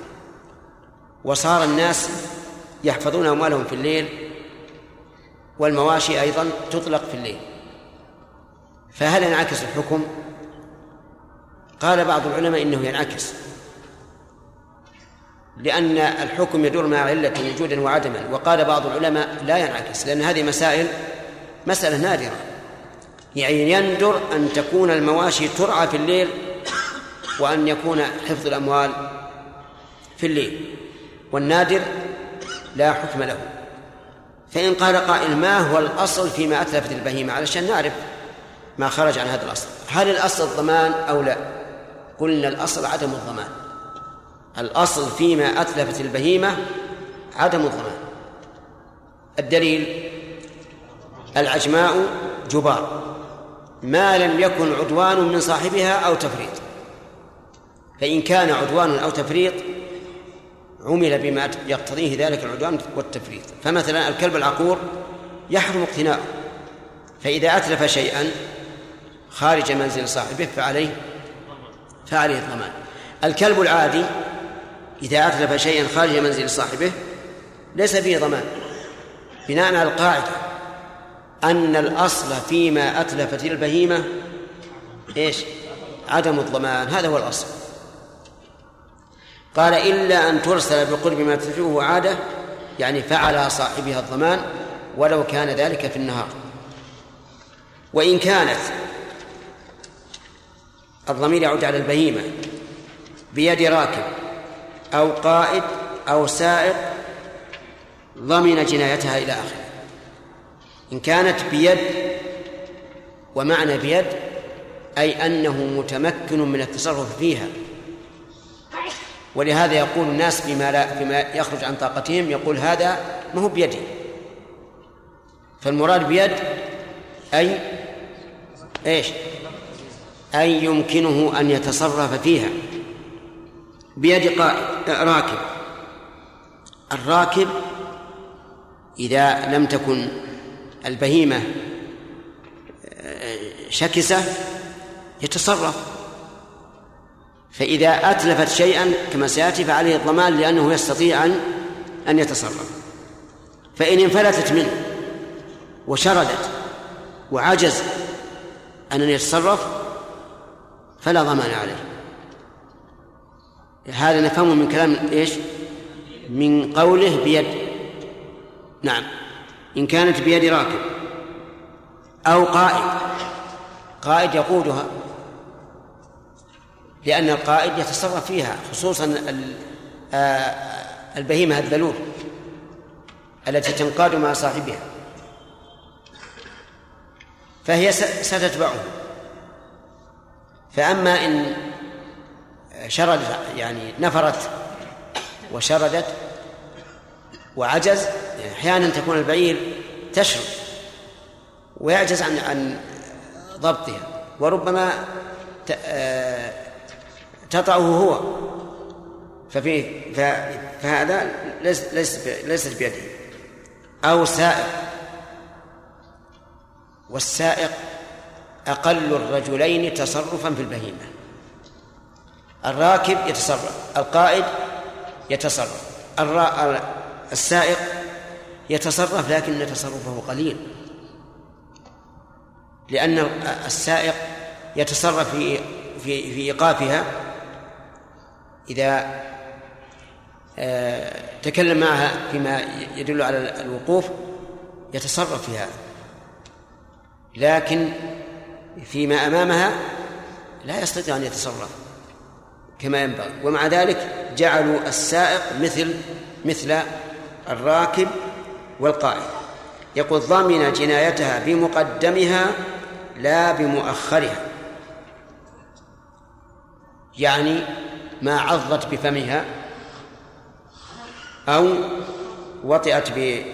وصار الناس يحفظون أموالهم في الليل والمواشي أيضا تطلق في الليل، فهل ينعكس الحكم؟ قال بعض العلماء إنه ينعكس، لأن الحكم يدور مع علة وجودا وعدما. وقال بعض العلماء لا ينعكس، لأن هذه مسألة نادرة، يعني يندر أن تكون المواشي ترعى في الليل وأن يكون حفظ الأموال في الليل، والنادر لا حكم له. فإن قال قائل ما هو الأصل فيما أتلفت البهيمة، علشان نعرف ما خرج عن هذا الأصل، هل الأصل الضمان أو لا؟ قلنا الأصل عدم الضمان، الأصل فيما أتلفت البهيمة عدم الضمان. الدليل العجماء جبار ما لم يكن عدوان من صاحبها أو تفريط، فإن كان عدوان أو تفريط عمل بما يقتضيه ذلك العدوان والتفريط. فمثلا الكلب العقور يحرم اقتناؤه، فإذا أتلف شيئا خارج منزل صاحبه فعليه الضمان. الكلب العادي إذا أتلف شيئا خارج منزل صاحبه ليس فيه ضمان، بناء على القاعدة أن الأصل فيما أتلفت البهيمة عدم الضمان، هذا هو الأصل. قال إلا أن ترسل بقرب ما تدفعه عادة، يعني فعل صاحبها الضمان ولو كان ذلك في النهار. وإن كانت الضمير يعود على البهيمة بيد راكب أو قائد أو سائق ضمن جنايتها إلى آخره. إن كانت بيد، ومعنى بيد أي أنه متمكن من التصرف فيها، ولهذا يقول الناس فيما يخرج عن طاقتهم يقول هذا ما هو بيدي. فالمراد بيد أي إيش؟ أي يمكنه أن يتصرف فيها بيد راكب. الراكب إذا لم تكن البهيمة شكسة يتصرف، فإذا أتلفت شيئا كما سيأتي فعليه الضمان لأنه يستطيع أن يتصرف. فإن انفلتت منه وشردت وعجز أن يتصرف فلا ضمان عليه. هذا نفهمه من كلام إيش؟ من قوله بيد. نعم، إن كانت بيد راكب أو قائد يقودها، لأن القائد يتصرف فيها، خصوصا البهيمة الذلول التي تنقاد مع صاحبها، فهي ستتبعه. فأما إن شردت، يعني نفرت وشردت وعجز، أحيانا تكون البعير تشرد ويعجز عن ضبطها، وربما تطعه هو، فهذا ليست بيده. أو سائق، والسائق أقل الرجلين تصرفا في البهيمة. الراكب يتصرف، القائد يتصرف، السائق يتصرف لكن تصرفه قليل، لأن السائق يتصرف في إيقافها إذا تكلم معها فيما يدل على الوقوف يتصرف في هذا، لكن فيما أمامها لا يستطيع أن يتصرف كما ينبغي. ومع ذلك جعلوا السائق مثل الراكب والقائد. يقول ضمن جنايتها بمقدمها لا بمؤخرها، يعني ما عضت بفمها أو وطئت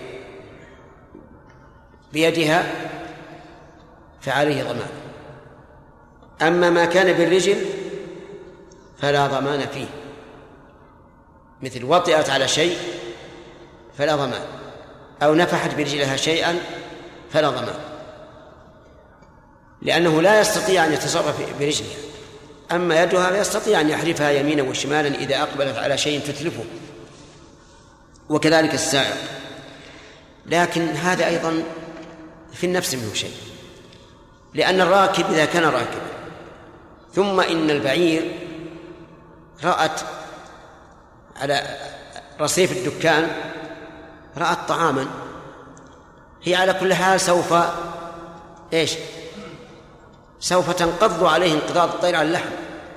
بيدها فعليه ضمان. أما ما كان بالرجل فلا ضمان فيه، مثل وطئت على شيء فلا ضمان، أو نفحت برجلها شيئا فلا ضمان، لأنه لا يستطيع أن يتصرف برجلها. أما يدها فيستطيع أن يحرفها يمينا وشمالا إذا أقبلت على شيء تتلفه، وكذلك السائق. لكن هذا أيضا في النفس منه شيء، لأن الراكب إذا كان راكبا ثم إن البعير رأت على رصيف الدكان رأت طعاما، هي على كل حال سوف تنقض عليه انقضاض الطير على اللحم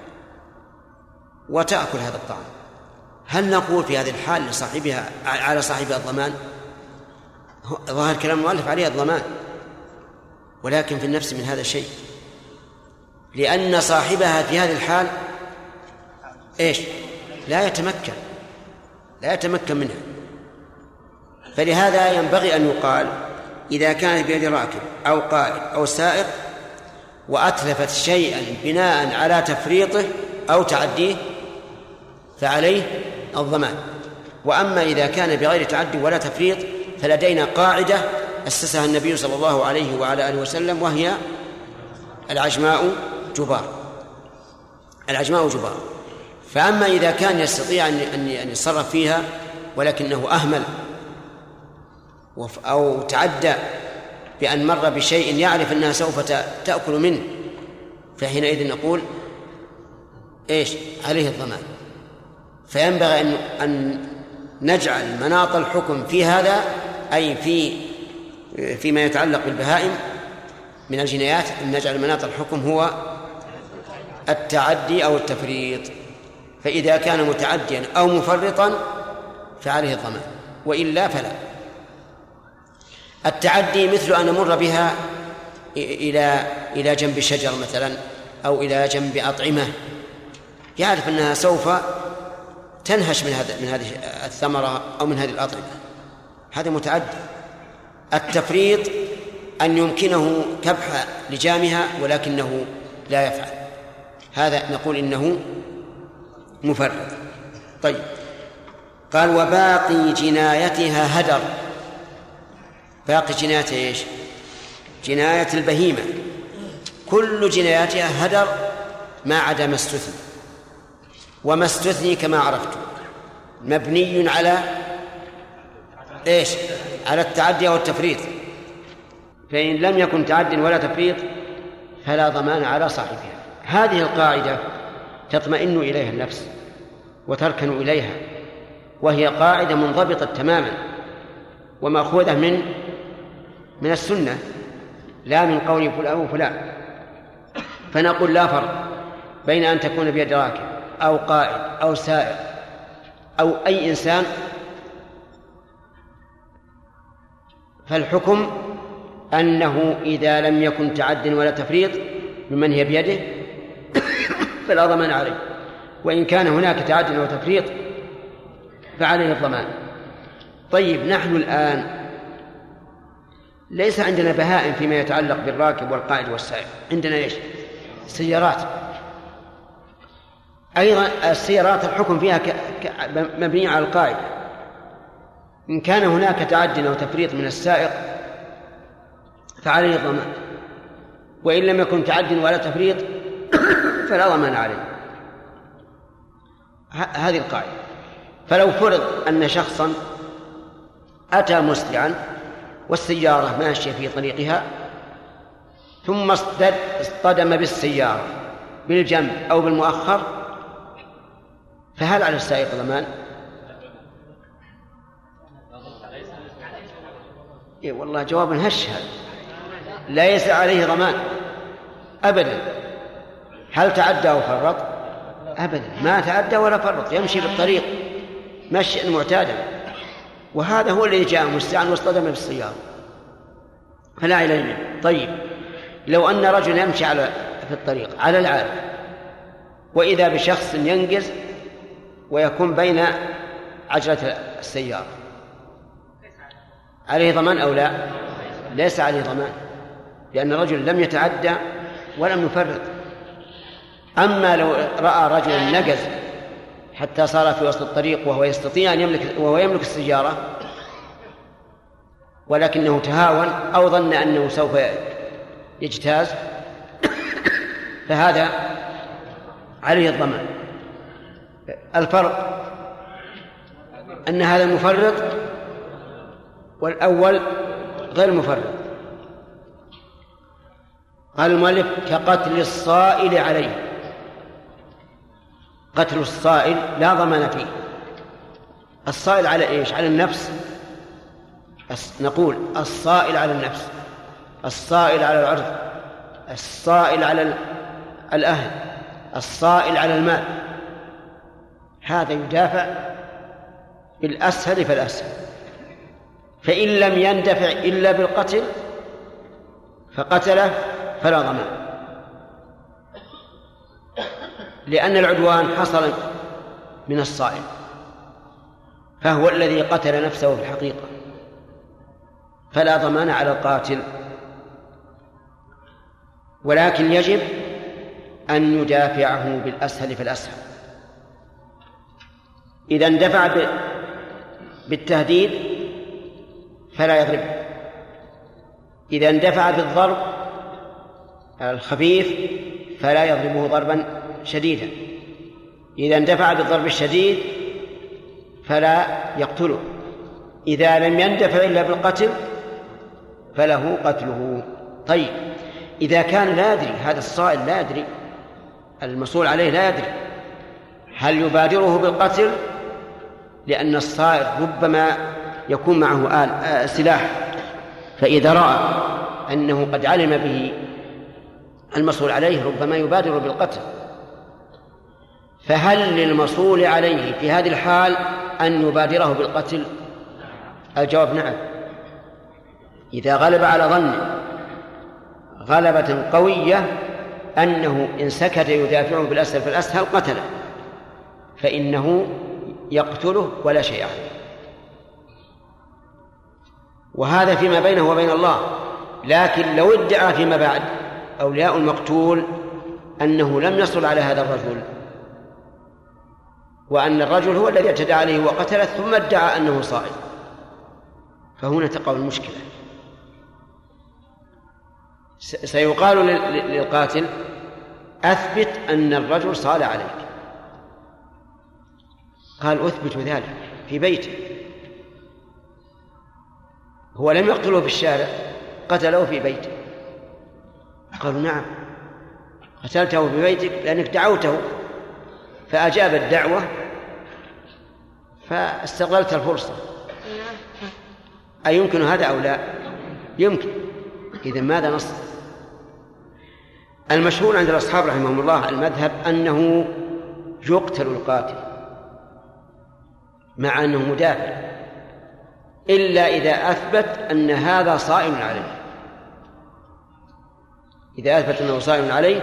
وتأكل هذا الطعام. هل نقول في هذه الحال لصاحبها على صاحبها الضمان؟ ظاهر كلام المؤلف عليها الضمان، ولكن في النفس من هذا الشيء، لأن صاحبها في هذه الحال لا يتمكن منها. فلهذا ينبغي أن يقال إذا كانت بيد راكب أو قائد أو سائق وأتلفت شيئا بناء على تفريطه أو تعديه فعليه الضمان. وأما إذا كان بغير تعدي ولا تفريط فلدينا قاعدة أسسها النبي صلى الله عليه وعلى آله وسلم، وهي العجماء جبار. فأما إذا كان يستطيع أن يتصرف فيها ولكنه أهمل أو تعدى بأن مر بشيء يعرف أنها سوف تأكل منه، فحينئذ نقول عليه الضمان. فينبغي أن نجعل مناط الحكم في هذا، أي فيما يتعلق بالبهائم من الجنايات، أن نجعل مناط الحكم هو التعدي أو التفريط. فإذا كان متعديا أو مفرطا فعليه الضمان، وإلا فلا. التعدي مثل أن نمر بها إلى جنب شجر مثلا، أو إلى جنب أطعمة، يعرف أنها سوف تنهش من هذه الثمرة أو من هذه الأطعمة، هذا متعدي. التفريط أن يمكنه كبح لجامها ولكنه لا يفعل، هذا نقول إنه مفرط. طيب، قال وباقي جنايتها هدر. باقي جنايتها إيش؟ جناية البهيمة كل جناياتها هدر ما عدا ما استثني، وما استثني كما عرفت مبني على إيش؟ على التعدي أو التفريط، فإن لم يكن تعد ولا تفريط فلا ضمان على صاحبها. هذه القاعدة تطمئن إليها النفس وتركن إليها، وهي قاعدة منضبطة تماما ومأخوذة من السنة لا من قول فلان وفلان. فنقول لا فرق بين أن تكون بيد راكب أو قائد أو سائق أو أي إنسان، فالحكم أنه إذا لم يكن تعد ولا تفريط ممن هي بيده فلا ضمان عليه، وإن كان هناك تعد أو تفريط فعليه الضمان. طيب، نحن الآن ليس عندنا بهائم فيما يتعلق بالراكب والقائد والسائق، عندنا إيش؟ سيارات. أيضا السيارات الحكم فيها مبني على القاعدة، إن كان هناك تعد أو تفريط من السائق فعليه الضمان، وإن لم يكن تعد ولا تفريط فلا ضمان عليه. هذه القاعدة. فلو فرض أن شخصا أتى مسرعا والسيارة ماشية في طريقها ثم اصطدم بالسيارة بالجنب أو بالمؤخر، فهل على السائق ضمان؟ والله جواب هش هذا، ليس عليه ضمان أبدا. هل تعدى أو فرط؟ أبدا، ما تعدى ولا فرط، يمشي بالطريق مشيا معتادا، وهذا هو الذي جاء مسرعا واصطدم بالسيارة فلا عليه منه. طيب، لو أن رجل يمشي في الطريق على العادة وإذا بشخص ينقز ويكون بين عجلة السيارة، عليه ضمان أو لا؟ ليس عليه ضمان، لأن الرجل لم يتعدى ولم يفرط. أما لو رأى رجلا نقز حتى صار في وسط الطريق وهو يستطيع أن يملك السيارة ولكنه تهاون أو ظن أنه سوف يجتاز فهذا عليه الضمان. الفرق أن هذا المفرط والأول غير مفرط. قال المؤلف كقتل الصائل عليه. قتل الصائل لا ضمان فيه. الصائل على إيش؟ على النفس. نقول الصائل على النفس، الصائل على العرض، الصائل على الأهل، الصائل على المال، هذا يدافع بالأسهل فالأسهل. فإن لم يندفع إلا بالقتل فقتله فلا ضمان، لأن العدوان حصل من الصائل فهو الذي قتل نفسه في الحقيقة، فلا ضمان على القاتل. ولكن يجب أن يدافعه بالأسهل فالأسهل. إذا اندفع بالتهديد فلا يضربه، إذا اندفع بالضرب الخفيف فلا يضربه ضربا شديدا، إذا اندفع بالضرب الشديد فلا يقتله، إذا لم يندفع إلا بالقتل فله قتله. طيب، إذا كان لا يدري، هذا الصائل لا يدري، المسؤول عليه لا يدري، هل يبادره بالقتل؟ لأن الصائل ربما يكون معه سلاح، فإذا رأى أنه قد علم به المصول عليه ربما يبادر بالقتل. فهل للمصول عليه في هذه الحال أن يبادره بالقتل؟ الجواب نعم، إذا غلب على ظنه غلبة قوية أنه إن سكت يدافعه بالأسهل فالأسهل قتله، فإنه يقتله ولا شيء عليه. وهذا فيما بينه وبين الله. لكن لو ادعى فيما بعد أولياء المقتول أنه لم يصل على هذا الرجل، وأن الرجل هو الذي اعتدى عليه وقتله، ثم ادعى أنه صائل، فهنا تقع المشكلة. سيقال للقاتل: أثبت أن الرجل صال عليك. قال: أثبت ذلك في بيته، هو لم يقتله في الشارع، قتله في بيته. قالوا: نعم، قتلته في بيتك لأنك دعوته فأجاب الدعوة فاستغللت الفرصة. أيمكن هذا أو لا؟ يمكن. إذن ماذا نصنع؟ المشهور عند الأصحاب رحمهم الله المذهب أنه يقتل القاتل مع أنه مدافع، إلا إذا أثبت أن هذا صائل عليه. إذا أثبت أنه صائل عليه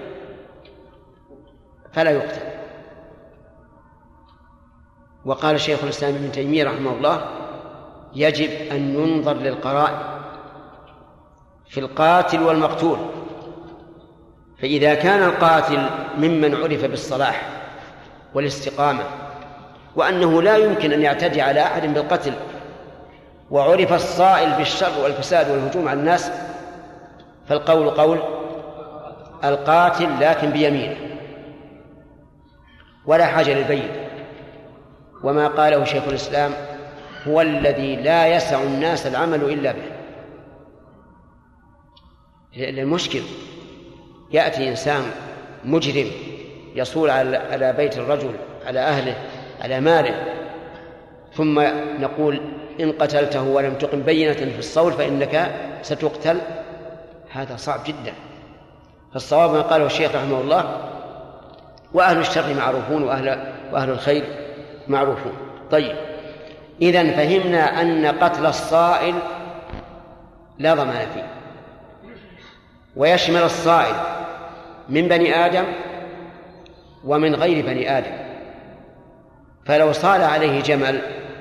فلا يقتل. وقال شيخ الإسلام ابن تيمية رحمه الله: يجب أن ينظر للقرائن في القاتل والمقتول، فإذا كان القاتل ممن عرف بالصلاح والاستقامة وأنه لا يمكن أن يعتدي على أحد بالقتل، وعرف الصائل بالشر والفساد والهجوم على الناس، فالقول قول القاتل لكن بيمينه ولا حاجة للبين. وما قاله شيخ الإسلام هو الذي لا يسع الناس العمل إلا به. المشكل يأتي إنسان مجرم يصول على بيت الرجل، على أهله، على ماله، ثم نقول: إن قتلته ولم تقم بينة في الصول فإنك ستقتل. هذا صعب جدا. فالصواب ما قاله الشيخ رحمه الله: وأهل الشر معروفون وأهل الخير معروفون. طيب، إذن فهمنا أن قتل الصائل لا ضمان فيه، ويشمل الصائل من بني آدم ومن غير بني آدم. فلو صال عليه جمل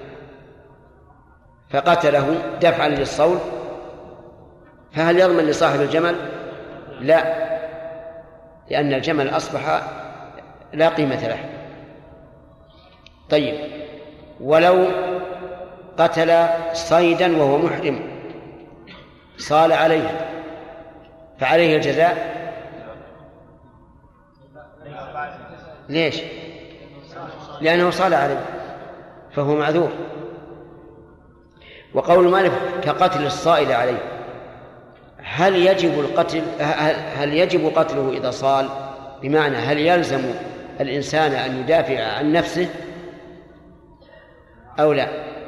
فقتله دفعا للصول، فهل يضمن لصاحب الجمل؟ لا، لأن الجمل أصبح لا قيمة له. طيب، ولو قتل صيدا وهو محرم صال عليه فعليه الجزاء؟ ليش؟ لأنه صال عليه فهو معذور. وقول مالك كقتل الصائل عليه، هل يجب قتله إذا صال؟ بمعنى هل يلزم الإنسان أن يدافع عن نفسه أو لا؟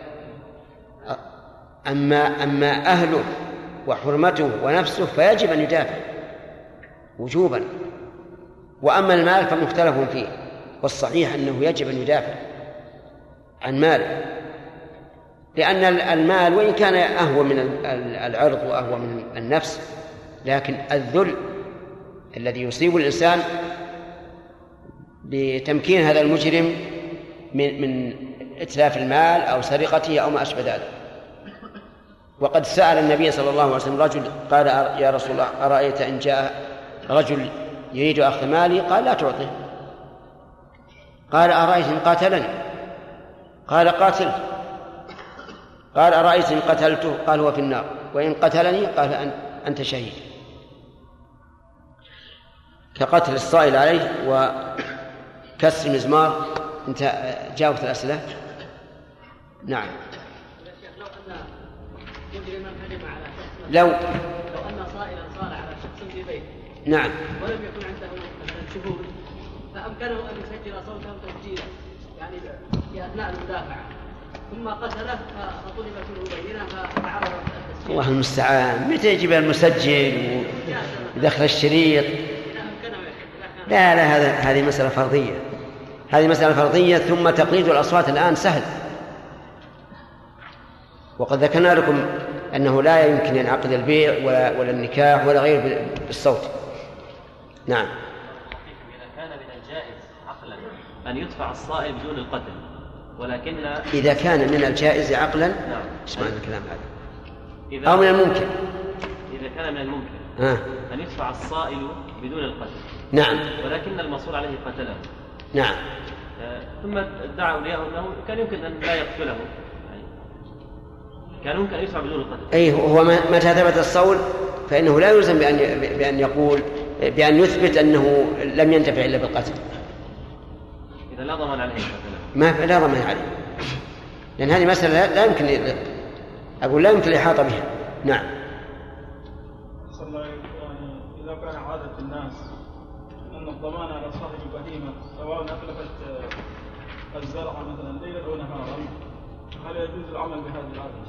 أما أهله وحرمته ونفسه فيجب أن يدافع وجوبا. وأما المال فمختلف فيه، والصحيح أنه يجب أن يدافع عن ماله، لأن المال وإن كان أهون من العرض وأهون من النفس، لكن الذل الذي يصيب الإنسان بتمكين هذا المجرم من إتلاف المال أو سرقته أو ما أشبه ذلك. وقد سأل النبي صلى الله عليه وسلم رجل قال: يا رسول الله، أرأيت إن جاء رجل يريد أخذ مالي؟ قال: لا تعطيه. قال: أرأيت إن قاتلني؟ قال: قاتله. قال: أرأيت إن قتلته؟ قال: هو في النار. وإن قتلني؟ قال: أنت شهيد. كقتل الصائل عليه وكسر المزمار. أنت جاوبت الأسئلة؟ نعم. لو أن صائلا صار على شخص في بيته، نعم، ولم يكن عنده مثلا شهود، أمكنه أن يسجل صوته تسجيلا يعني في أثناء المدافعة ثم قتله فطلبت منه بينة فتعرض التسجيل. الله المستعان، متى يجيب المسجل ودخل الشريط؟ لا هذه مسألة فرضية، هذه مسألة فرضية. ثم تقليد الأصوات الآن سهل، وقد ذكرنا لكم أنه لا يمكن ينعقد البيع ولا النكاح ولا غير بالصوت. نعم. إذا كان من الجائز عقلا أن يدفع الصائل بدون القتل، ولكن إذا كان من الجائز عقلا، نعم، ايش معنى الكلام هذا؟ أو من الممكن، إذا كان من الممكن أن يدفع الصائل بدون القتل، نعم، ولكن المصول عليه قتله، نعم، ثم ادعى أولياءه أنه كان يمكن أن لا يقتله، كان يمكن أن يدفع بدون القتل. أي هو متى ثبت الصول فإنه لا يلزم بأن يقول بأن يثبت أنه لم ينتفع إلا بالقتل. إذا لا ضمان عليه قتله، ما لا ضمان عليه، لأن هذه مسألة لا يمكن أقول لا يمكن الإحاطة بها. نعم. إذا كان عادة الناس أن الضمان على صاحب البهيمة سواء أتلفت الزرع مثلا ليلا أو نهارا، هل يجوز العمل بهذه العادة؟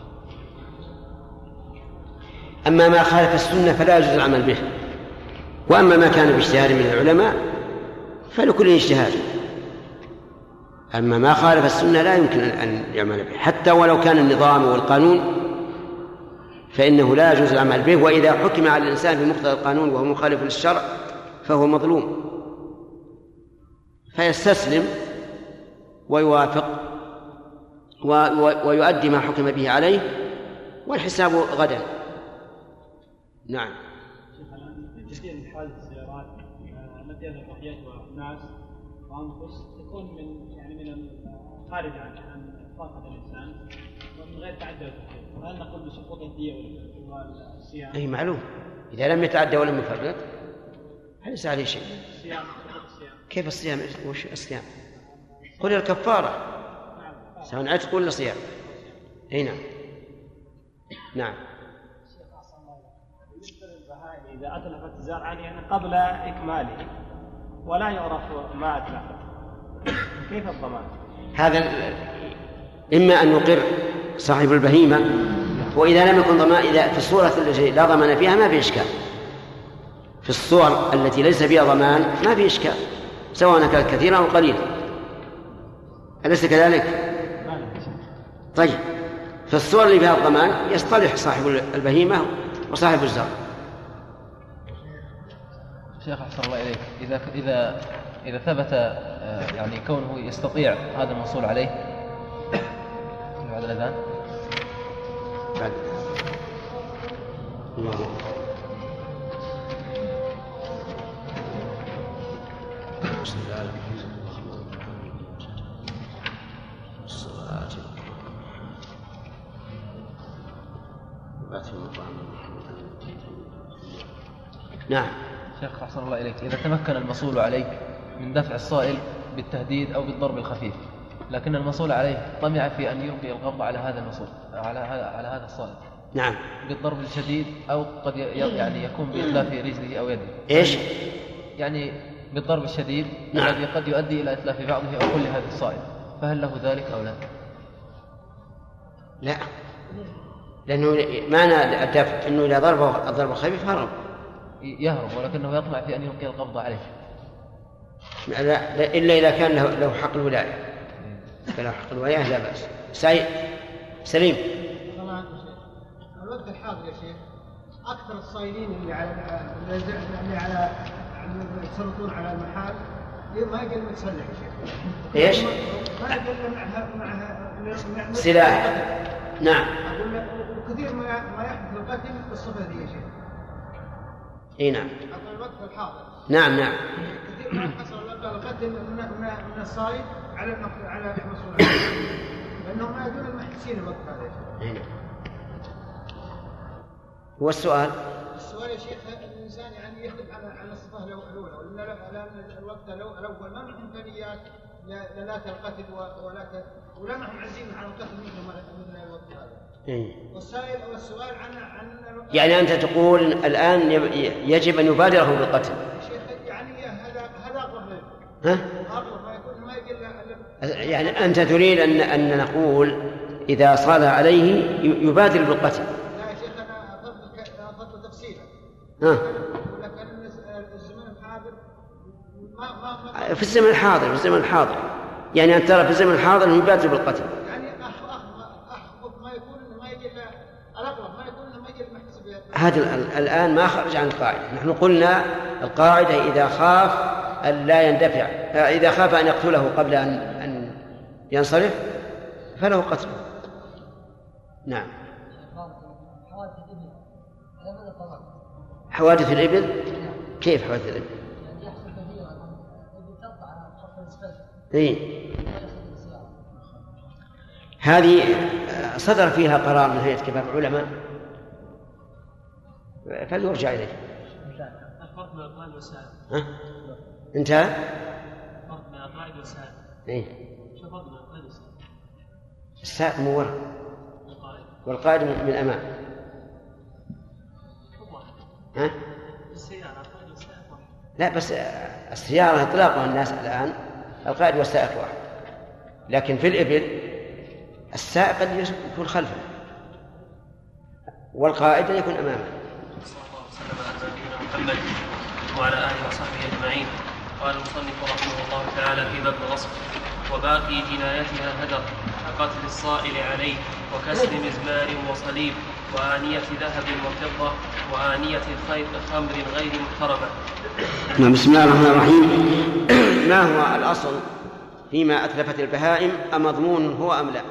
أما ما خالف السنة فلا يجوز العمل به، وأما ما كان باجتهاد من العلماء فلكل اجتهاد. أما ما خالف السنة لا يمكن أن يعمل به، حتى ولو كان النظام والقانون فإنه لا يجوز العمل به. وإذا حكم على الإنسان بمقتضى القانون وهو مخالف للشرع فهو مظلوم، فيستسلم ويوافق ويؤدي ما حكم به عليه والحساب غدا. نعم. كثير من حوادث السيارات التي يذهب فيها ناس وأنفس تكون من خارج عن طاقة الإنسان ومن غير تعدي وتفريط، وهل نقول بسقوط الدية والصيام؟ أي معلوم، إذا لم يتعدى ولم يفرط ليس عليه شيء. الصيام كيف الصيام؟ وش الصيام؟ قل الكفارة سواء عتق ولا صيام. أي نعم. نعم. إذا أتلفت زرعا يعني قبل إكماله ولا يعرف ما أتلفت، كيف الضمان؟ هذا إما أن يقر صاحب البهيمة، وإذا لم يكن ضمان، إذا في الصورة التي لا ضمان فيها ما في إشكال، في الصور التي ليس فيها ضمان ما في إشكال سواء كانت كثيرة أو قليلة، أليس كذلك؟ طيب في الصور اللي فيها الضمان يصطلح صاحب البهيمة وصاحب الزرع. شيخ أحسن الله إليك، إذا ثبت يعني كونه يستطيع هذا الموصول عليه بعد الأذان بعد نعم. شيخ أحسن الله إليك، إذا تمكن المصول عليك من دفع الصائل بالتهديد أو بالضرب الخفيف، لكن المصول عليه طمع في أن يلقي القبض على هذا المصول على هذا الصائل، نعم، بالضرب الشديد أو قد يعني يكون بإتلاف رجله أو يده. إيش؟ يعني بالضرب الشديد الذي قد يؤدي إلى إتلاف بعضه أو كل هذا الصائل، فهل له ذلك أو لا؟ لا، لأنه معنى الدفع أنه إذا ضربه الضرب الخفيف يهرب، ولكنه يطمع في أن يلقي القبض عليه. لا إلا إذا كان له حق الولاية، فله حق الولاية لا بأس. سليم. الوقت الحاضر يا شيخ أكثر الصائلين اللي على يتسلطون على المحال ما يقل متسلح يا شيخ. إيش؟ ما يقل معها سلاح. نعم. وكثير ما يحدث القتل بالصفة ذي يا شيخ. اي نعم. الوقت الحاضر. نعم. كثير ما حصل القتل من الصائد على المسؤول لأنهم ما يدون المحسين الوقت هذا. اي نعم. هو السؤال يا شيخ الإنسان يعني يخلف على الصفة الأولى، ولأن الوقت الأول ما له إمكانيات لا القتل ولا نحن عزيز على القتل مثل الوقت هذا. والسؤال عن يعني أنت تقول الآن يجب أن يبادره بالقتل. يعني هذا ضرر أغلب ما يكون ما يجي يعني أنت تريد أن نقول إذا صال عليه يبادر بالقتل. لا يا شيخ، أنا أفضل تفسيرا. ولكن الزمن الحاضر في الزمن الحاضر يعني أن ترى في الزمن الحاضر أنه يبادر بالقتل. يعني أخبط ما يكون ما يجي الأغلب ما يكون ما يجي المحتسب. هذا الآن ما خرج عن القاعدة. نحن قلنا القاعدة إذا خاف أن لا يندفع، إذا خاف أن يقتله قبل أن ينصرف فله قتله. نعم. حوادث الإبل؟ كيف حوادث الإبل؟ هذه صدر فيها قرار من هيئة كبار العلماء فليرجع إليه. الفرق بين القائد والسائق. انتهى؟ الفرق بين القائد والسائق. شو الفرق بين القائد والسائق؟ السائق من وراء والقائد من أمام. السيارة القائد والسائق واحد. لا بس السيارة إطلاقها الناس الآن القائد والسائق واحد، لكن في الإبل السائق قد يكون خلفه والقائد يكون أمامه. صلى الله وسلم على نبينا محمد وعلى آله وصحبه أجمعين. قال المصنف رحمه الله تعالى في باب الغصب: وباقي جنايتها هدر كقتل الصائل عليه وكسر مزمار وصليب وآنية ذهب وفضة وآنية خمر غير محترمة. بسم الله الرحمن الرحيم. ما هو الأصل فيما أتلفت البهائم؟ أمضمون هو أم لا؟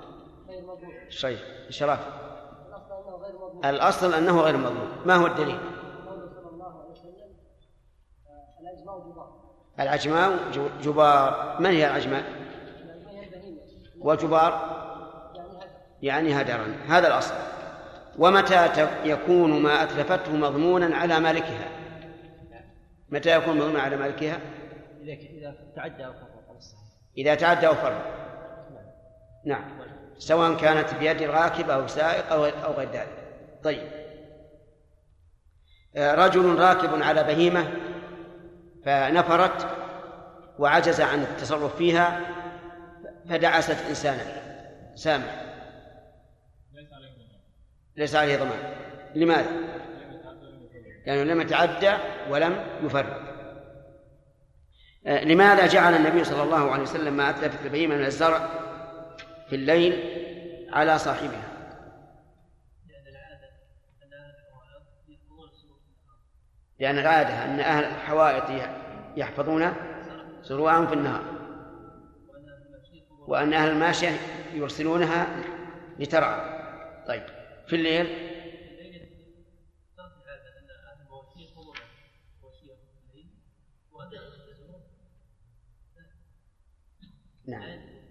الشراف. الأصل أنه غير مضمون. ما هو الدليل؟ العجماء جبار. من هي العجماء؟ وجبار يعني هدرا. هذا الأصل. ومتى يكون ما أتلفته مضمونا على مالكها؟ متى يكون مضمونا على مالكها؟ إذا تعدى أو فرط. إذا تعدى أو فرط. نعم، سواء كانت بيد الراكب أو سائق أو غير ذلك. طيب، رجل راكب على بهيمة فنفرت وعجز عن التصرف فيها فدعست إنسانا سامع ليس عليه ضمان. لماذا؟ لأنه لم يتعدى ولم يفرط. لماذا جعل النبي صلى الله عليه وسلم ما أتلفت البهيمة من الزرع في الليل على صاحبها؟ لأن العادة أن أهل الحوائط يحفظون زروعهم في النهار، وأن أهل الماشية يرسلونها لترعى. طيب، في الليل نعم.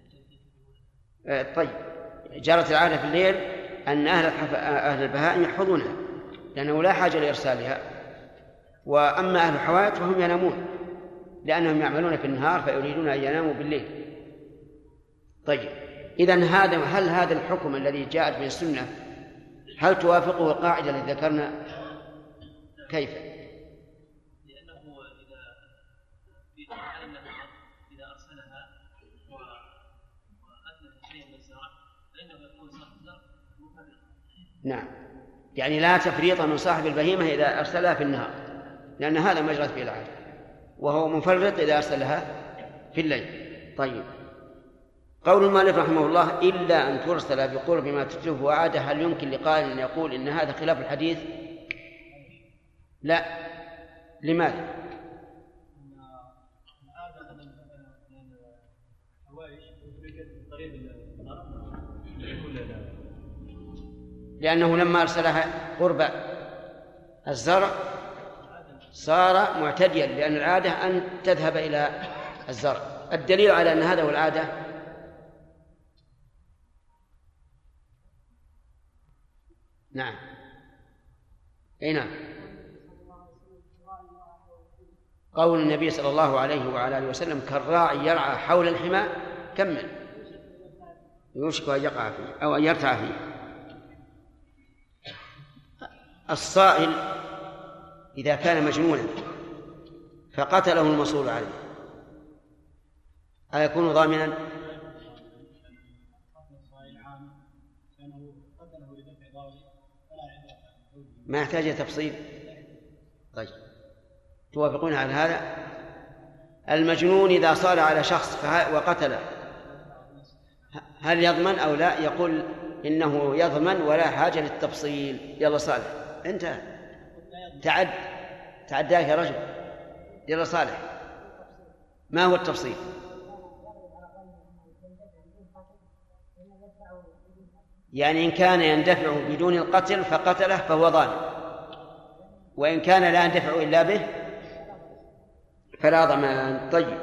طيب، جرت العادة في الليل أن أهل البهائم يحفظونها لأنه لا حاجة لإرسالها، وأما أهل الحوائط فهم ينامون لأنهم يعملون في النهار فيريدون أن يناموا بالليل. طيب، إذن هل هذا الحكم الذي جاءت به السنة هل توافقه القاعدة التي ذكرنا؟ كيف؟ لأنه إذا أرسلها وأتلف شيئا من الزرع فإنه يكون صاحب الزرع مفرطا. نعم، يعني لا تفريط من صاحب البهيمة إذا أرسلها في النهار، لأن هذا ما جرت به العادة، وهو مفرط إذا أرسلها في الليل. طيب، قول المؤلف رحمه الله: إلا أن ترسل بقرب ما تتلفه عادة، هل يمكن لقائل أن يقول إن هذا خلاف الحديث؟ لا. لماذا؟ لأنه لما أرسلها قرب الزرع صار معتديا، لأن العادة أن تذهب إلى الزرع. الدليل على أن هذا هو العادة نعم. أي نعم، قول النبي صلى الله عليه وعلى آله وسلم: كالراعي يرعى حول الحمى. كمل. يوشك أن يقع فيه أو أن يرتع فيه. الصائل إذا كان مجنونا فقتله المصول عليه أيكون ضامنا؟ ما يحتاج تفصيل. طيب توافقون على هذا؟ المجنون إذا صار على شخص وقتله هل يضمن أو لا؟ يقول إنه يضمن ولا حاجة للتفصيل. يلا صالح أنت تعداك يا رجل. يلا صالح ما هو التفصيل؟ يعني إن كان يندفع بدون القتل فقتله فهو ظالم، وإن كان لا يندفع إلا به فلا ضمان. طيب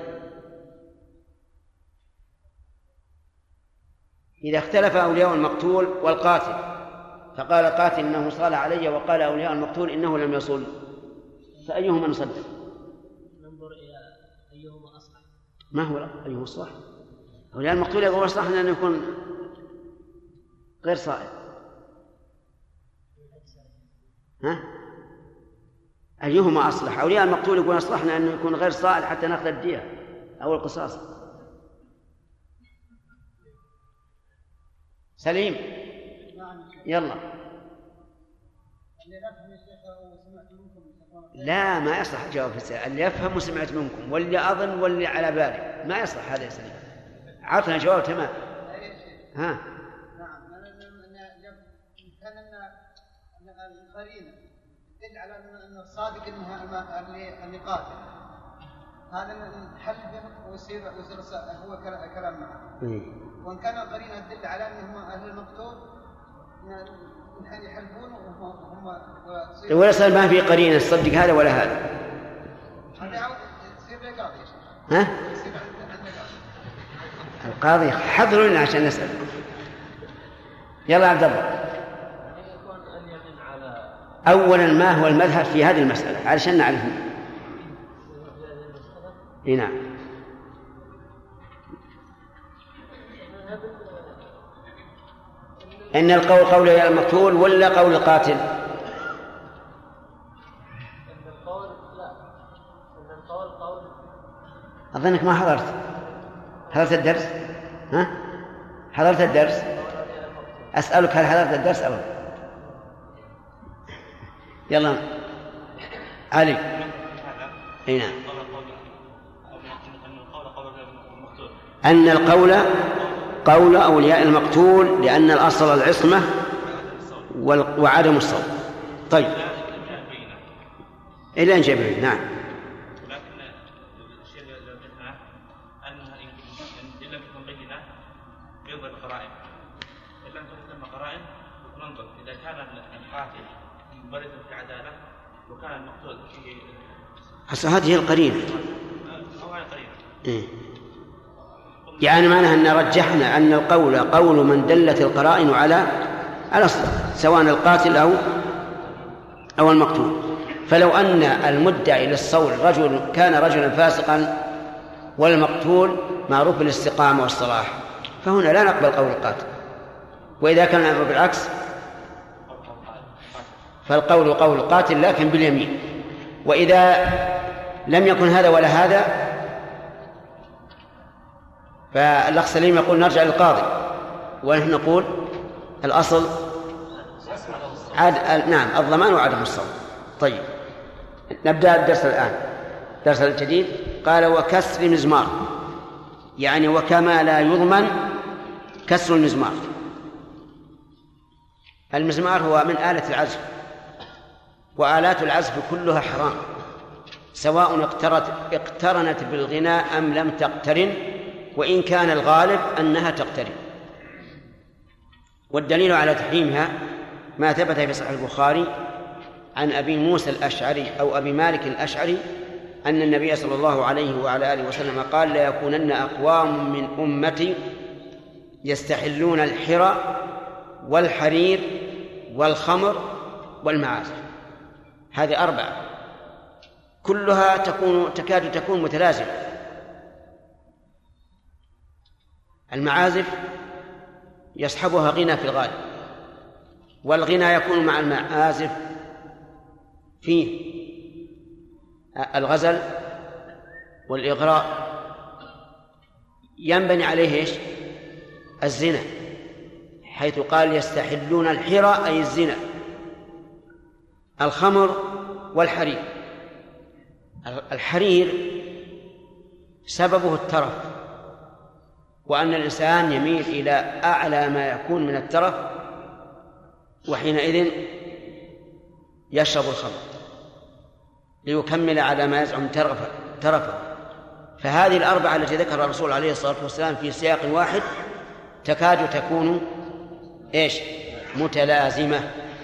إذا اختلف أولياء المقتول والقاتل فقال القاتل إنه صال علي وقال أولياء المقتول إنه لم يصل، فأيهما نصدق؟ ننظر إلى أيهما أصلح. ما هو أيهما أصلح؟ أولياء المقتول يقول أصلح أن يكون غير صائل. ها؟ أيهما أصلح؟ أولياء المقتول يقول أصلحنا أنه يكون غير صائل حتى نأخذ الدية أو القصاص. سليم يلا. لا ما يصلح جواب اللي يفهم وسمعت منكم واللي أظن واللي على بالي ما يصلح هذا يا سليم. عطنا جواب تمام. ها القرينة تدل على أن الصادق أنها اللي قاتل، هذا الحل به ويصير هو كلام معه. وإن كان القرينة تدل على أنهم أهل المقتول يحلفون وهم ولا صار ما في قرينة تصدق هذا ولا هذا. هذا تصير لقاضي. ها؟ القاضي حضروا لنا عشان نسأل. يلا عبد الله. أولا ما هو المذهب في هذه المسألة علشان نعرف. نعم. إن القول قول المقتول ولا قول القاتل؟ أظنك ما حضرت الدرس. ها؟ حضرت الدرس؟ أسألك هل حضرت الدرس أو لا؟ يلا علي. اي نعم. أن القول قول أولياء المقتول لأن الأصل العصمة وعدم الصوت. طيب إلى أن جبريل. نعم. ولكن الشيء الذي ذكرناه أنها إن لم تكن بينة ينظر القرائن، إن لم تكن قرائن ننظر إذا كان القاتل منفردا في عدالة وكان المقتول في هذه القرينة. إيه؟ يعني معناها أن رجحنا أن القول قول من دلت القرائن على الصدق سواء القاتل أو المقتول. فلو أن المدعي للصول كان رجلا فاسقا والمقتول معروف بالاستقامة والصلاح فهنا لا نقبل قول القاتل. وإذا كان الأمر بالعكس فالقول قول القاتل لكن باليمين. وإذا لم يكن هذا ولا هذا فالأخ سليم يقول نرجع للقاضي ونحن نقول الأصل نعم الضمان وعدم الصوت. طيب نبدأ الدرس الآن. الدرس الجديد قال وكسر مزمار، يعني وكما لا يضمن كسر المزمار. المزمار هو من آلة العزف، وآلات العزف كلها حرام سواء اقترنت بالغناء أم لم تقترن، وإن كان الغالب أنها تقترن. والدليل على تحريمها ما ثبت في صحيح البخاري عن أبي موسى الأشعري أو أبي مالك الأشعري أن النبي صلى الله عليه وعلى آله وسلم قال لا يكونن أقوام من أمتي يستحلون الحرى والحرير والخمر والمعازف. هذه 4 كلها تكاد تكون متلازمة. المعازف يصحبها غنى في الغالب، والغنى يكون مع المعازف فيه الغزل والإغراء ينبني عليه إيش؟ الزنا، حيث قال يستحلون الحرى أي الزنا، الخمر والحرير. الحرير سببه الترف، وأن الإنسان يميل إلى أعلى ما يكون من الترف، وحينئذ يشرب الخمر ليكمل على ما يزعم ترفه. فهذه الأربعة التي ذكرها الرسول عليه الصلاة والسلام في سياق واحد تكاد تكون إيش؟ متلازمة.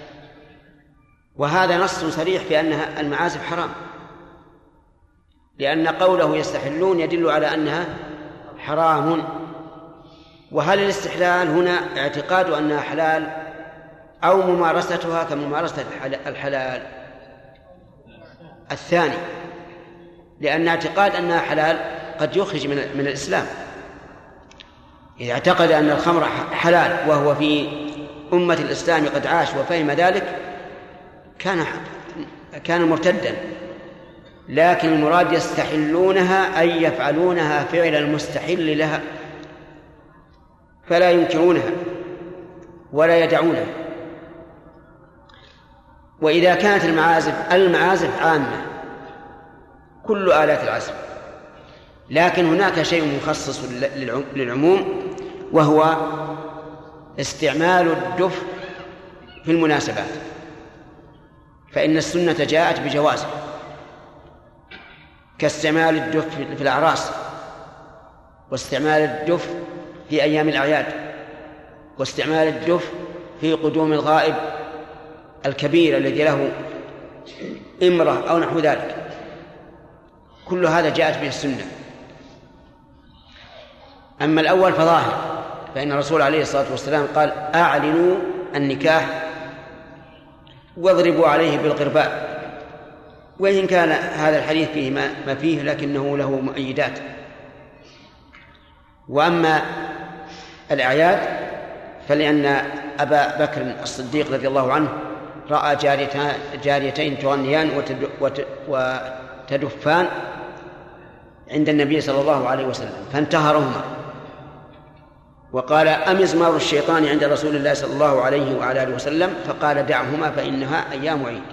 وهذا نص صريح في أن المعازف حرام، لأن قوله يستحلون يدل على أنها حرام. وهل الاستحلال هنا اعتقاد أنها حلال أو ممارستها كممارسة الحلال الثاني؟ لأن اعتقاد أنها حلال قد يخرج من الإسلام. إذا اعتقد أن الخمر حلال وهو في أمة الإسلام قد عاش وفهم ذلك كان مرتدا. لكن المراد يستحلونها أي يفعلونها فعل المستحل لها، فلا ينكرونها ولا يدعونها. وإذا كانت المعازف عامة كل آلات العزف، لكن هناك شيء مخصص للعموم، وهو استعمال الدف في المناسبات، فإن السنة جاءت بجوازه، كاستعمال الدف في الأعراس، واستعمال الدف في أيام الأعياد، واستعمال الدف في قدوم الغائب الكبير الذي له إمرة أو نحو ذلك. كل هذا جاءت به السنة. أما الأول فظاهر، فإن الرسول عليه الصلاة والسلام قال أعلنوا النكاح واضربوا عليه بالقرباء، وإن كان هذا الحديث فيه ما فيه لكنه له مؤيدات. وأما الأعياد فلأن أبا بكر الصديق رضي الله عنه رأى جاريتين تغنيان وتدفان عند النبي صلى الله عليه وسلم فانتهرهما وقال أمزمار الشيطان عند رسول الله صلى الله عليه وعلى آله وسلم، فقال دعهما فإنها أيام عيد.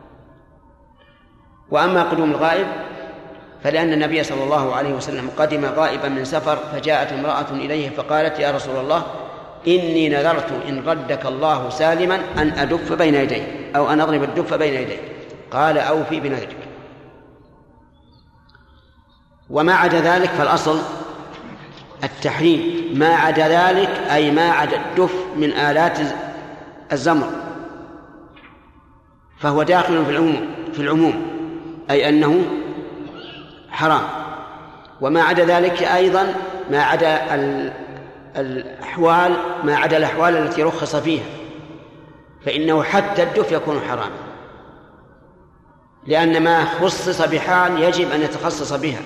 وأما قدوم الغائب فلأن النبي صلى الله عليه وسلم قدم غائبا من سفر، فجاءت امرأة إليه فقالت يا رسول الله إني نذرت إن ردك الله سالما أن أدف بين يديه أو أن أضرب الدف بين يديه. قال أوفي بنذرك. وما عدا ذلك فالأصل التحريم، ما عدا ذلك أي ما عدا الدف من آلات الزمر فهو داخل في العموم أي أنه حرام. وما عدا ذلك أيضا ما عدا الأحوال التي رخص فيها، فإنه حتى الدف يكون حراما، لأن ما خصص بحال يجب أن يتخصص بها.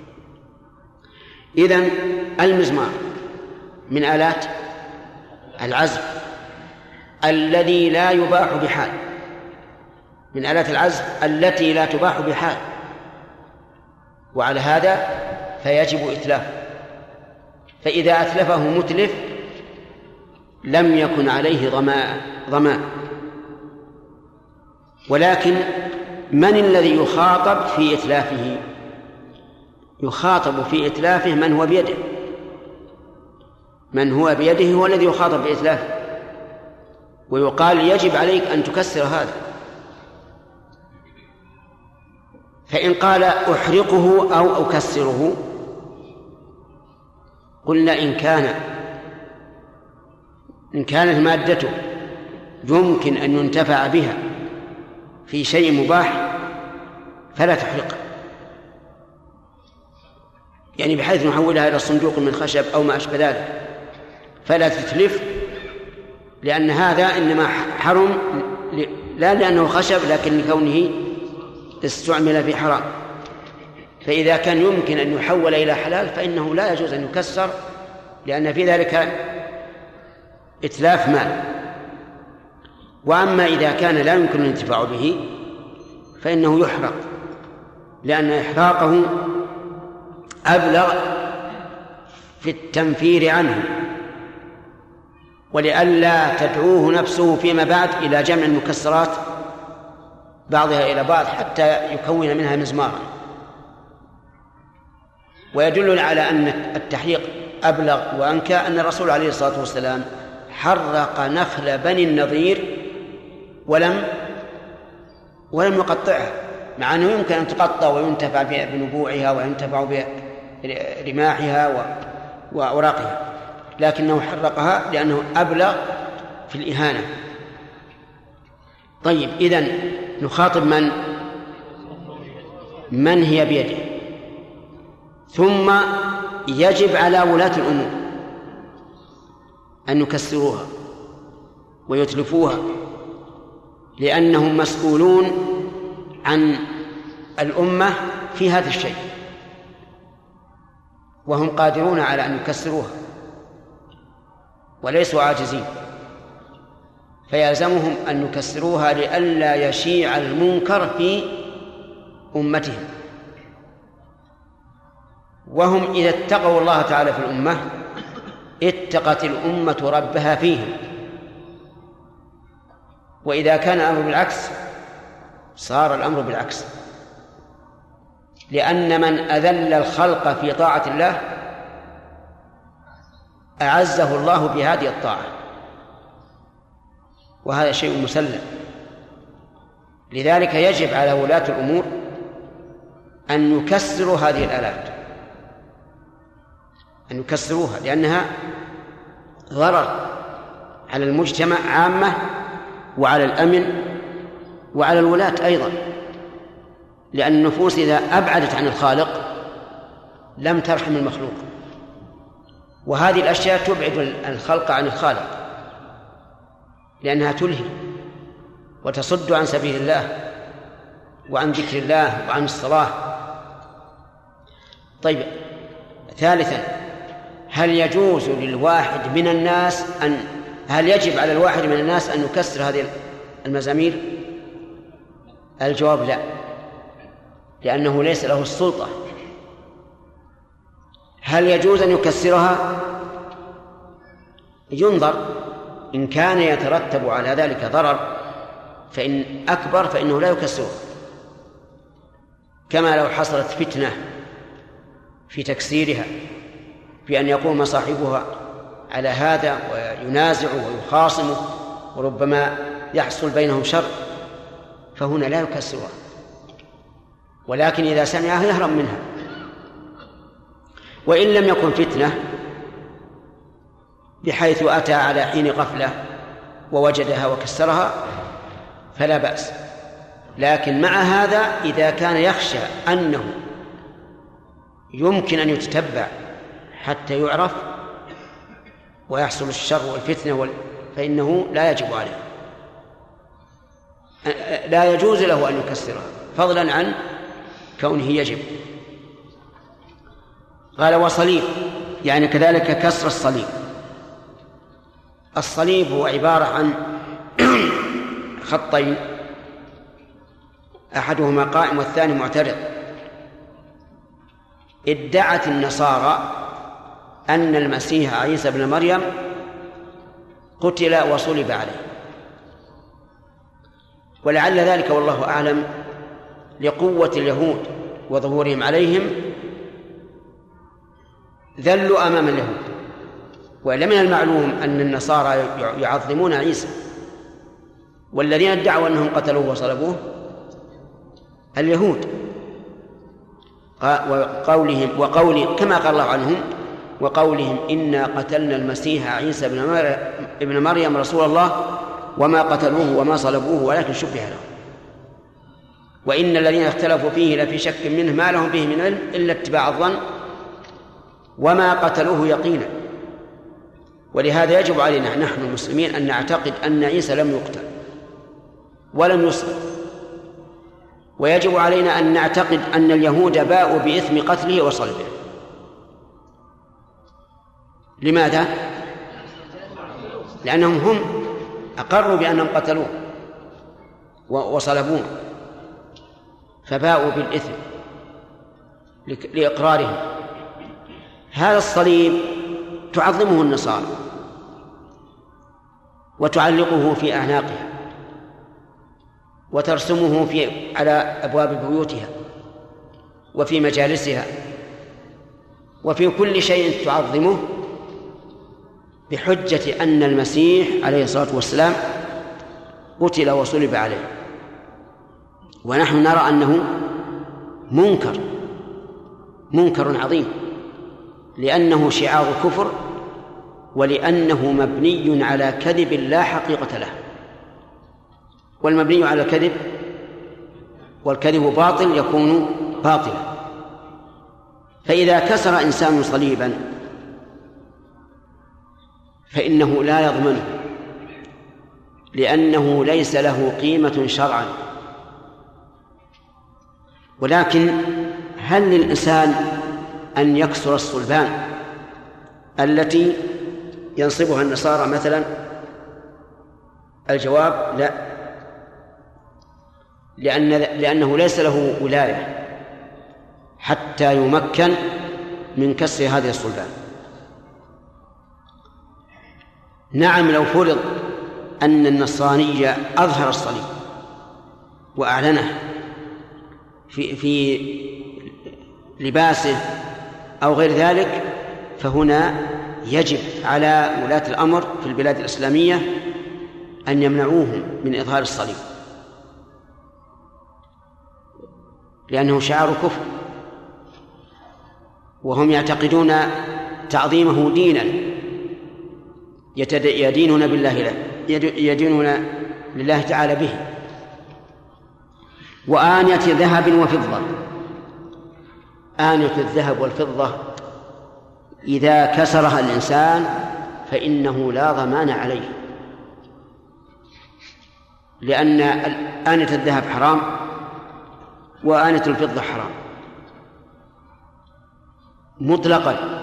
إذن المزمار من آلات العزف الذي لا يباح بحال، من آلات العزف التي لا تباح بحال، وعلى هذا فيجب إتلافه. فإذا أتلفه متلف لم يكن عليه ضمان. ولكن من الذي يخاطب في إتلافه؟ يخاطب في إتلافه من هو بيده، من هو بيده هو الذي يخاطب بإتلافه، ويقال يجب عليك أن تكسر هذا. فإن قال أحرقه أو أكسره قلنا إن كانت مادته يمكن أن ينتفع بها في شيء مباح فلا تحرقه، يعني بحيث نحولها إلى صندوق من خشب أو ما أشبه ذلك، فلا تتلف، لأن هذا إنما حرم لا لأنه خشب لكن لكونه استعمل في حرام. فإذا كان يمكن أن يحول إلى حلال فإنه لا يجوز أن يكسر، لأن في ذلك إتلاف مال. وأما إذا كان لا يمكن الانتفاع به فإنه يحرق، لأن إحراقه أبلغ في في التنفير عنه، ولئلا تدعوه نفسه فيما بعد إلى جمع المكسرات بعضها إلى بعض حتى يكون منها مزمارا. ويدل على أن التحريق أبلغ وأنكى أن الرسول عليه الصلاة والسلام حرق نخل بني النضير ولم يقطعها، مع أنه يمكن أن تقطع وينتفع بنبوعها وينتفع برماحها وأوراقها، لكنه حرقها لأنه أبلغ في الإهانة. طيب، إذن نخاطب من هي بيده. ثم يجب على ولاة الأمور أن يكسروها ويتلفوها، لأنهم مسؤولون عن الأمة في هذا الشيء، وهم قادرون على أن يكسروها وليسوا عاجزين، فيلزمهم أن يكسروها لئلا يشيع المنكر في أمتهم. وهم إذا اتقوا الله تعالى في الأمة اتقت الأمة ربها فيهم، وإذا كان الأمر بالعكس صار الأمر بالعكس، لأن من أذل الخلق في طاعة الله أعزه الله بهذه الطاعة، وهذا شيء مسلم. لذلك يجب على ولاة الأمور أن يكسروا هذه الآلات، أن يكسروها، لأنها ضرر على المجتمع عامة وعلى الأمن وعلى الولاة أيضا، لأن النفوس إذا أبعدت عن الخالق لم ترحم المخلوق، وهذه الأشياء تبعد الخلق عن الخالق لأنها تلهي وتصد عن سبيل الله وعن ذكر الله وعن الصلاة. طيب، ثالثا، هل يجوز للواحد من الناس هل يجب على الواحد من الناس أن يكسر هذه المزامير؟ الجواب لا، لأنه ليس له السلطة. هل يجوز أن يكسرها؟ ينظر، إن كان يترتب على ذلك ضرر فإن أكبر فإنه لا يكسرها، كما لو حصلت فتنة في تكسيرها بأن يقوم صاحبها على هذا وينازع ويخاصمه وربما يحصل بينهم شر، فهنا لا يكسرها، ولكن إذا سمعها يهرب منها. وإن لم يكن فتنة بحيث أتى على حين غفلة ووجدها وكسرها فلا بأس، لكن مع هذا إذا كان يخشى أنه يمكن أن يتتبع حتى يعرف ويحصل الشر والفتنة فإنه لا يجب عليه، لا يجوز له أن يكسرها فضلا عن كونه يجب. قال وصليب، يعني كذلك كسر الصليب. الصليب هو عبارة عن خطين أحدهما قائم والثاني معترض. ادعت النصارى أن المسيح عيسى بن مريم قتل وصلب عليه، ولعل ذلك والله أعلم لقوة اليهود وظهورهم عليهم ذلوا أمام اليهود. وإلا من المعلوم أن النصارى يعظمون عيسى، والذين ادعوا أنهم قتلوه وصلبوه اليهود، وقولهم كما قال الله عنهم وقولهم إنا قتلنا المسيح عيسى ابن مريم رسول الله وما قتلوه وما صلبوه ولكن شبه له وإن الذين اختلفوا فيه لفي شك منه ما لهم به من علم إلا اتباع الظن وما قتلوه يقينا. ولهذا يجب علينا نحن المسلمين أن نعتقد أن عيسى لم يقتل ولم يصلب، ويجب علينا أن نعتقد أن اليهود باءوا بإثم قتله وصلبه. لماذا؟ لأنهم هم أقروا بأنهم قتلوه وصلبوه فباءوا بالإثم لإقرارهم. هذا الصليب تعظمه النصارى وتعلقه في أعناقها وترسمه على أبواب بيوتها وفي مجالسها وفي كل شيء تعظمه بحجة أن المسيح عليه الصلاة والسلام قتل وصلب عليه. ونحن نرى أنه منكر عظيم، لأنه شعار كفر، ولأنه مبني على كذب لا حقيقة له، والمبني على الكذب والكذب باطل يكون باطلا. فإذا كسر إنسان صليبا فإنه لا يضمنه، لأنه ليس له قيمة شرعا. ولكن هل للإنسان أن يكسر الصلبان التي ينصبها النصارى مثلا؟ الجواب لا، لأنه ليس له ولاية حتى يمكن من كسر هذه الصلبان. نعم، لو فرض أن النصراني أظهر الصليب وأعلنه في لباسه أو غير ذلك، فهنا يجب على ولاة الأمر في البلاد الإسلامية أن يمنعوهم من إظهار الصليب، لأنه شعار كفر، وهم يعتقدون تعظيمه دينا يدينون لله تعالى به. وآنية ذهب وفضة، آنية الذهب والفضة إذا كسرها الإنسان فإنه لا ضمان عليه، لأن آنية الذهب حرام وآنية الفضة حرام مطلقا،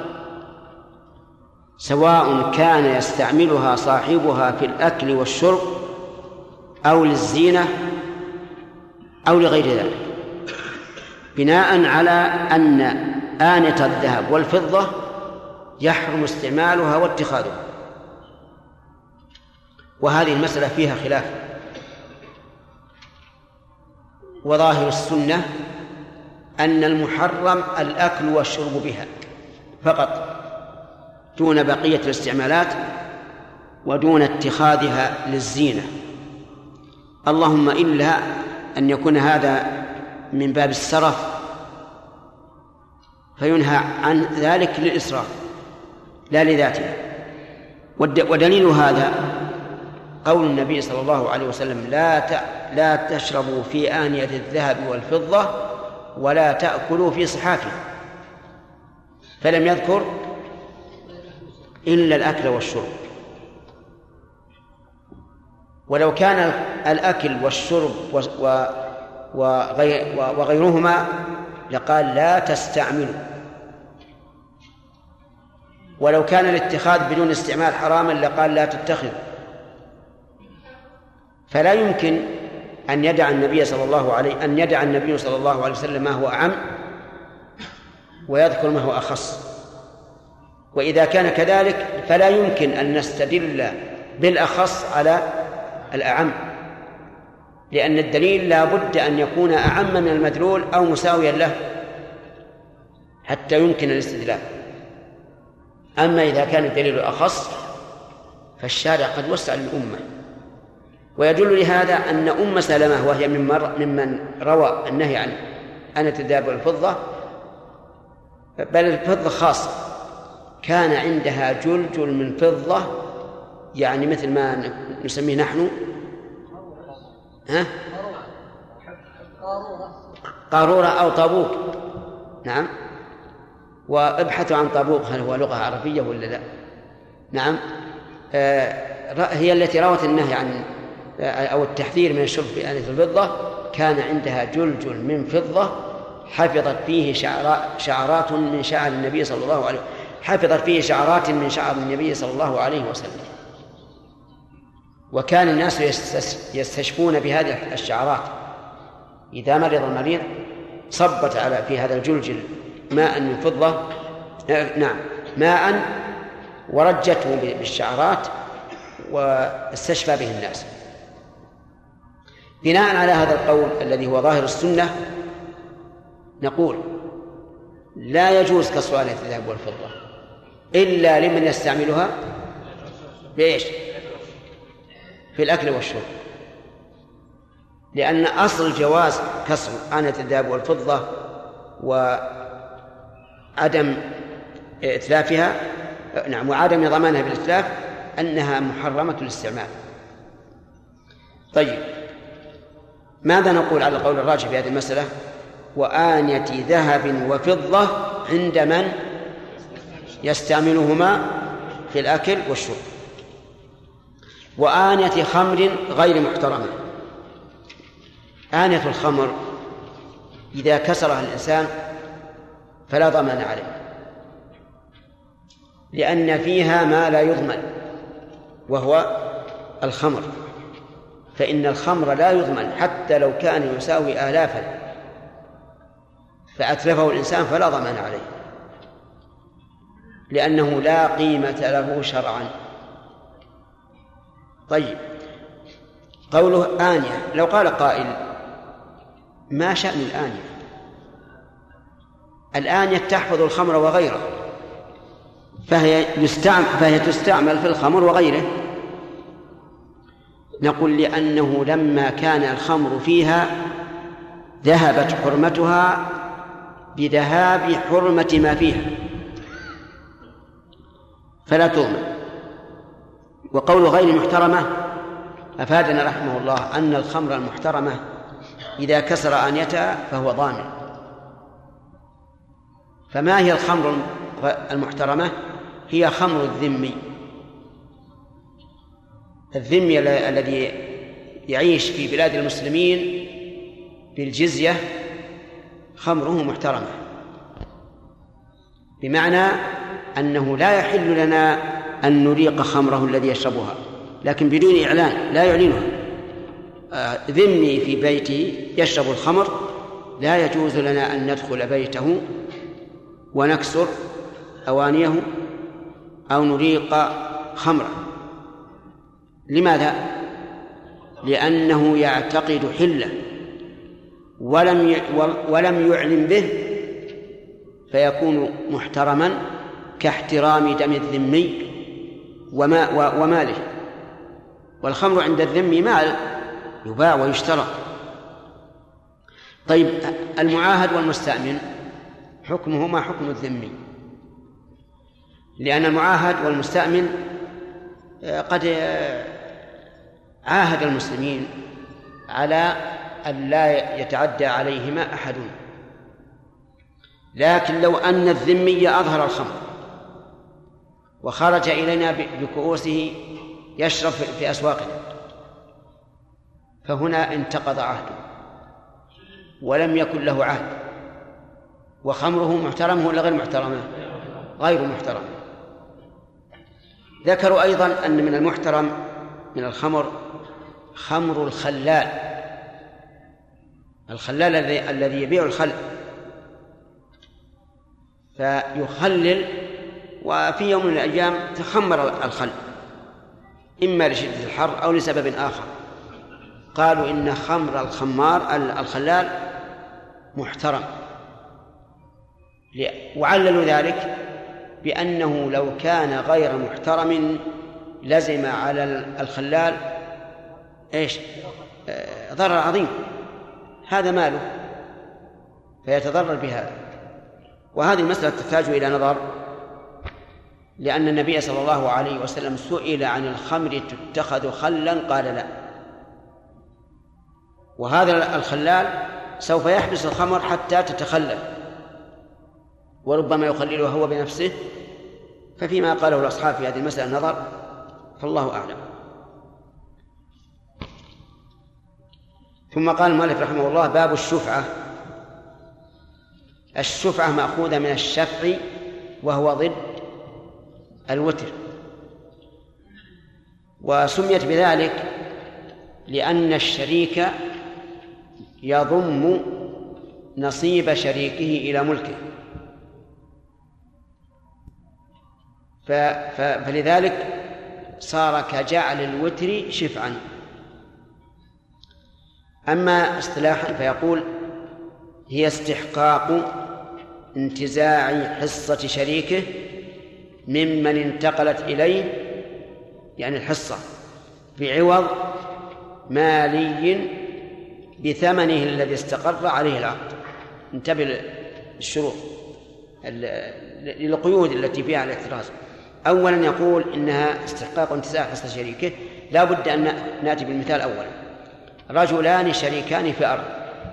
سواء كان يستعملها صاحبها في الأكل والشرب أو للزينة أو لغير ذلك، بناء على أن آنية الذهب والفضة يحرم استعمالها واتخاذها. وهذه المسألة فيها خلاف، وظاهر السنة أن المحرم الأكل والشرب بها فقط دون بقية الاستعمالات ودون اتخاذها للزينة، اللهم إلا أن يكون هذا من باب السرف فينهى عن ذلك للإسراف لا لذاته. ودليل هذا قول النبي صلى الله عليه وسلم: لا تشربوا في آنية الذهب والفضة ولا تأكلوا في صحافه، فلم يذكر إلا الأكل والشرب. ولو كان الأكل والشرب وغيرهما لقال لا تستعملوا، ولو كان الاتخاذ بدون استعمال حراما لقال لا تتخذ. فلا يمكن أن يدع النبي صلى الله عليه وسلم ما هو أعم ويذكر ما هو أخص. وإذا كان كذلك فلا يمكن أن نستدل بالأخص على الأعم، لأن الدليل لا بد أن يكون أعم من المدلول أو مساويا له حتى يمكن الاستدلال. أما إذا كان الدليل أخص فالشارع قد وسع للأمة. ويدل لهذا أن أم سلمة وهي ممن روى النهي عن آنية الذهب والفضة، بل الفضة خاصة، كان عندها جلجل من فضة، يعني مثل ما نسميه نحن قارورة أو طابوق. نعم، وابحثوا عن طابوق هل هو لغة عربية ولا لا. نعم، هي التي روت النهي عن أو التحذير من الشرب في آنية الفضة. كان عندها جلجل من فضة حفظت فيه شعرات من شعر النبي صلى الله عليه وسلم، حفظت فيه شعرات من شعر النبي صلى الله عليه وسلم. وكان الناس يستشفون بهذه الشعرات. إذا مرض المريض صبت في هذا الجلجل ماء من فضة، ماء ورجته بالشعرات واستشفى به الناس. بناء على هذا القول الذي هو ظاهر السنة نقول لا يجوز كسر آنية الذهب والفضة إلا لمن يستعملها بإيش؟ في الأكل والشرب، لأن أصل جواز كسر آنية الذهب والفضة وعدم إتلافها وعدم ضمانها بالإتلاف أنها محرمة الاستعمال. طيب، ماذا نقول على القول الراجح في هذه المسألة؟ وآنية ذهب وفضة عند من يستعملهما في الأكل والشرب، وآنية خمر غير محترمة. آنية الخمر إذا كسرها الإنسان فلا ضمان عليه، لأن فيها ما لا يضمن وهو الخمر، فإن الخمر لا يضمن حتى لو كان يساوي آلافا فأتلفه الإنسان فلا ضمان عليه، لأنه لا قيمة له شرعا. طيب، قوله آنية، لو قال قائل ما شأن الآنية؟ الآنية تحفظ الخمر وغيره، فهي تستعمل في الخمر وغيره. نقول لأنه لما كان الخمر فيها ذهبت حرمتها بذهاب حرمة ما فيها فلا تؤمن. وقول غير محترمة أفادنا رحمه الله أن الخمر المحترمة إذا كسر آنيتها فهو ضامن. فما هي الخمر المحترمة؟ هي خمر الذمي. الذمي الذي يعيش في بلاد المسلمين بالجزية خمره محترمة، بمعنى أنه لا يحل لنا أن نريق خمره الذي يشربها، لكن بدون إعلان لا يعلنها. ذمي في بيته يشرب الخمر لا يجوز لنا أن ندخل بيته ونكسر أوانيه أو نريق خمره. لماذا؟ لأنه يعتقد حله ولم يعلم به، فيكون محترما كاحترام دم الذمي وماله. والخمر عند الذمي مال يباع ويشترى. طيب، المعاهد والمستأمن حكمهما حكم الذمي، لأن المعاهد والمستأمن قد عاهد المسلمين على أن لا يتعدى عليهما أحد، لكن لو أن الذمي أظهر الخمر وخرج إلينا بكؤوسه يشرب في أسواقنا، فهنا انتقض عهده ولم يكن له عهد، وخمره محترم ولا غير محترمة؟ غير محترم. ذكروا أيضا أن من المحترم من الخمر خمر الخلال. الخلال الذي يبيع الخل فيخلل، وفي يوم من الأيام تخمر الخل إما لشدة الحر أو لسبب آخر، قالوا إن خمر الخلال محترم، وعللوا ذلك بأنه لو كان غير محترم لزم على الخلال ضرر عظيم، هذا ماله فيتضرر بهذا. وهذه المسألة تحتاج إلى نظر، لأن النبي صلى الله عليه وسلم سئل عن الخمر تتخذ خلا قال لا، وهذا الخلال سوف يحبس الخمر حتى تتخلل، وربما يخللها هو بنفسه. ففيما قاله الأصحاب في هذه المسألة نظر، فالله أعلم. ثم قال المؤلف رحمه الله: باب الشفعة. الشفعة مأخوذة من الشفع وهو ضد الوتر، وسميت بذلك لأن الشريك يضم نصيب شريكه إلى ملكه، فلذلك صار كجعل الوتر شفعا. أما اصطلاحا فيقول هي استحقاق انتزاع حصة شريكه ممن انتقلت إليه، يعني الحصة بعوض مالي بثمنه الذي استقر عليه العقد. انتبه للشروط للقيود التي فيها الاحتراز. أولا يقول إنها استحقاق انتزاع حصة شريكه، لا بد أن نأتي بالمثال أولا. رجلان شريكان في أرض،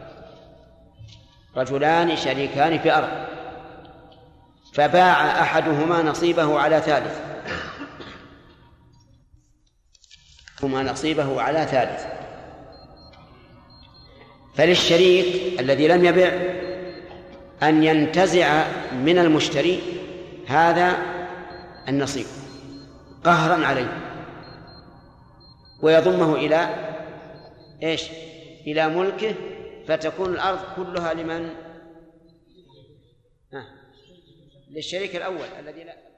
رجلان شريكان في أرض، فباع أحدهما نصيبه على ثالث، فللشريك الذي لم يبع أن ينتزع من المشتري هذا النصيب قهرا عليه ويضمه إلى إيش؟ إلى ملكه، فتكون الأرض كلها لمن؟ للشريك الأول الذي لا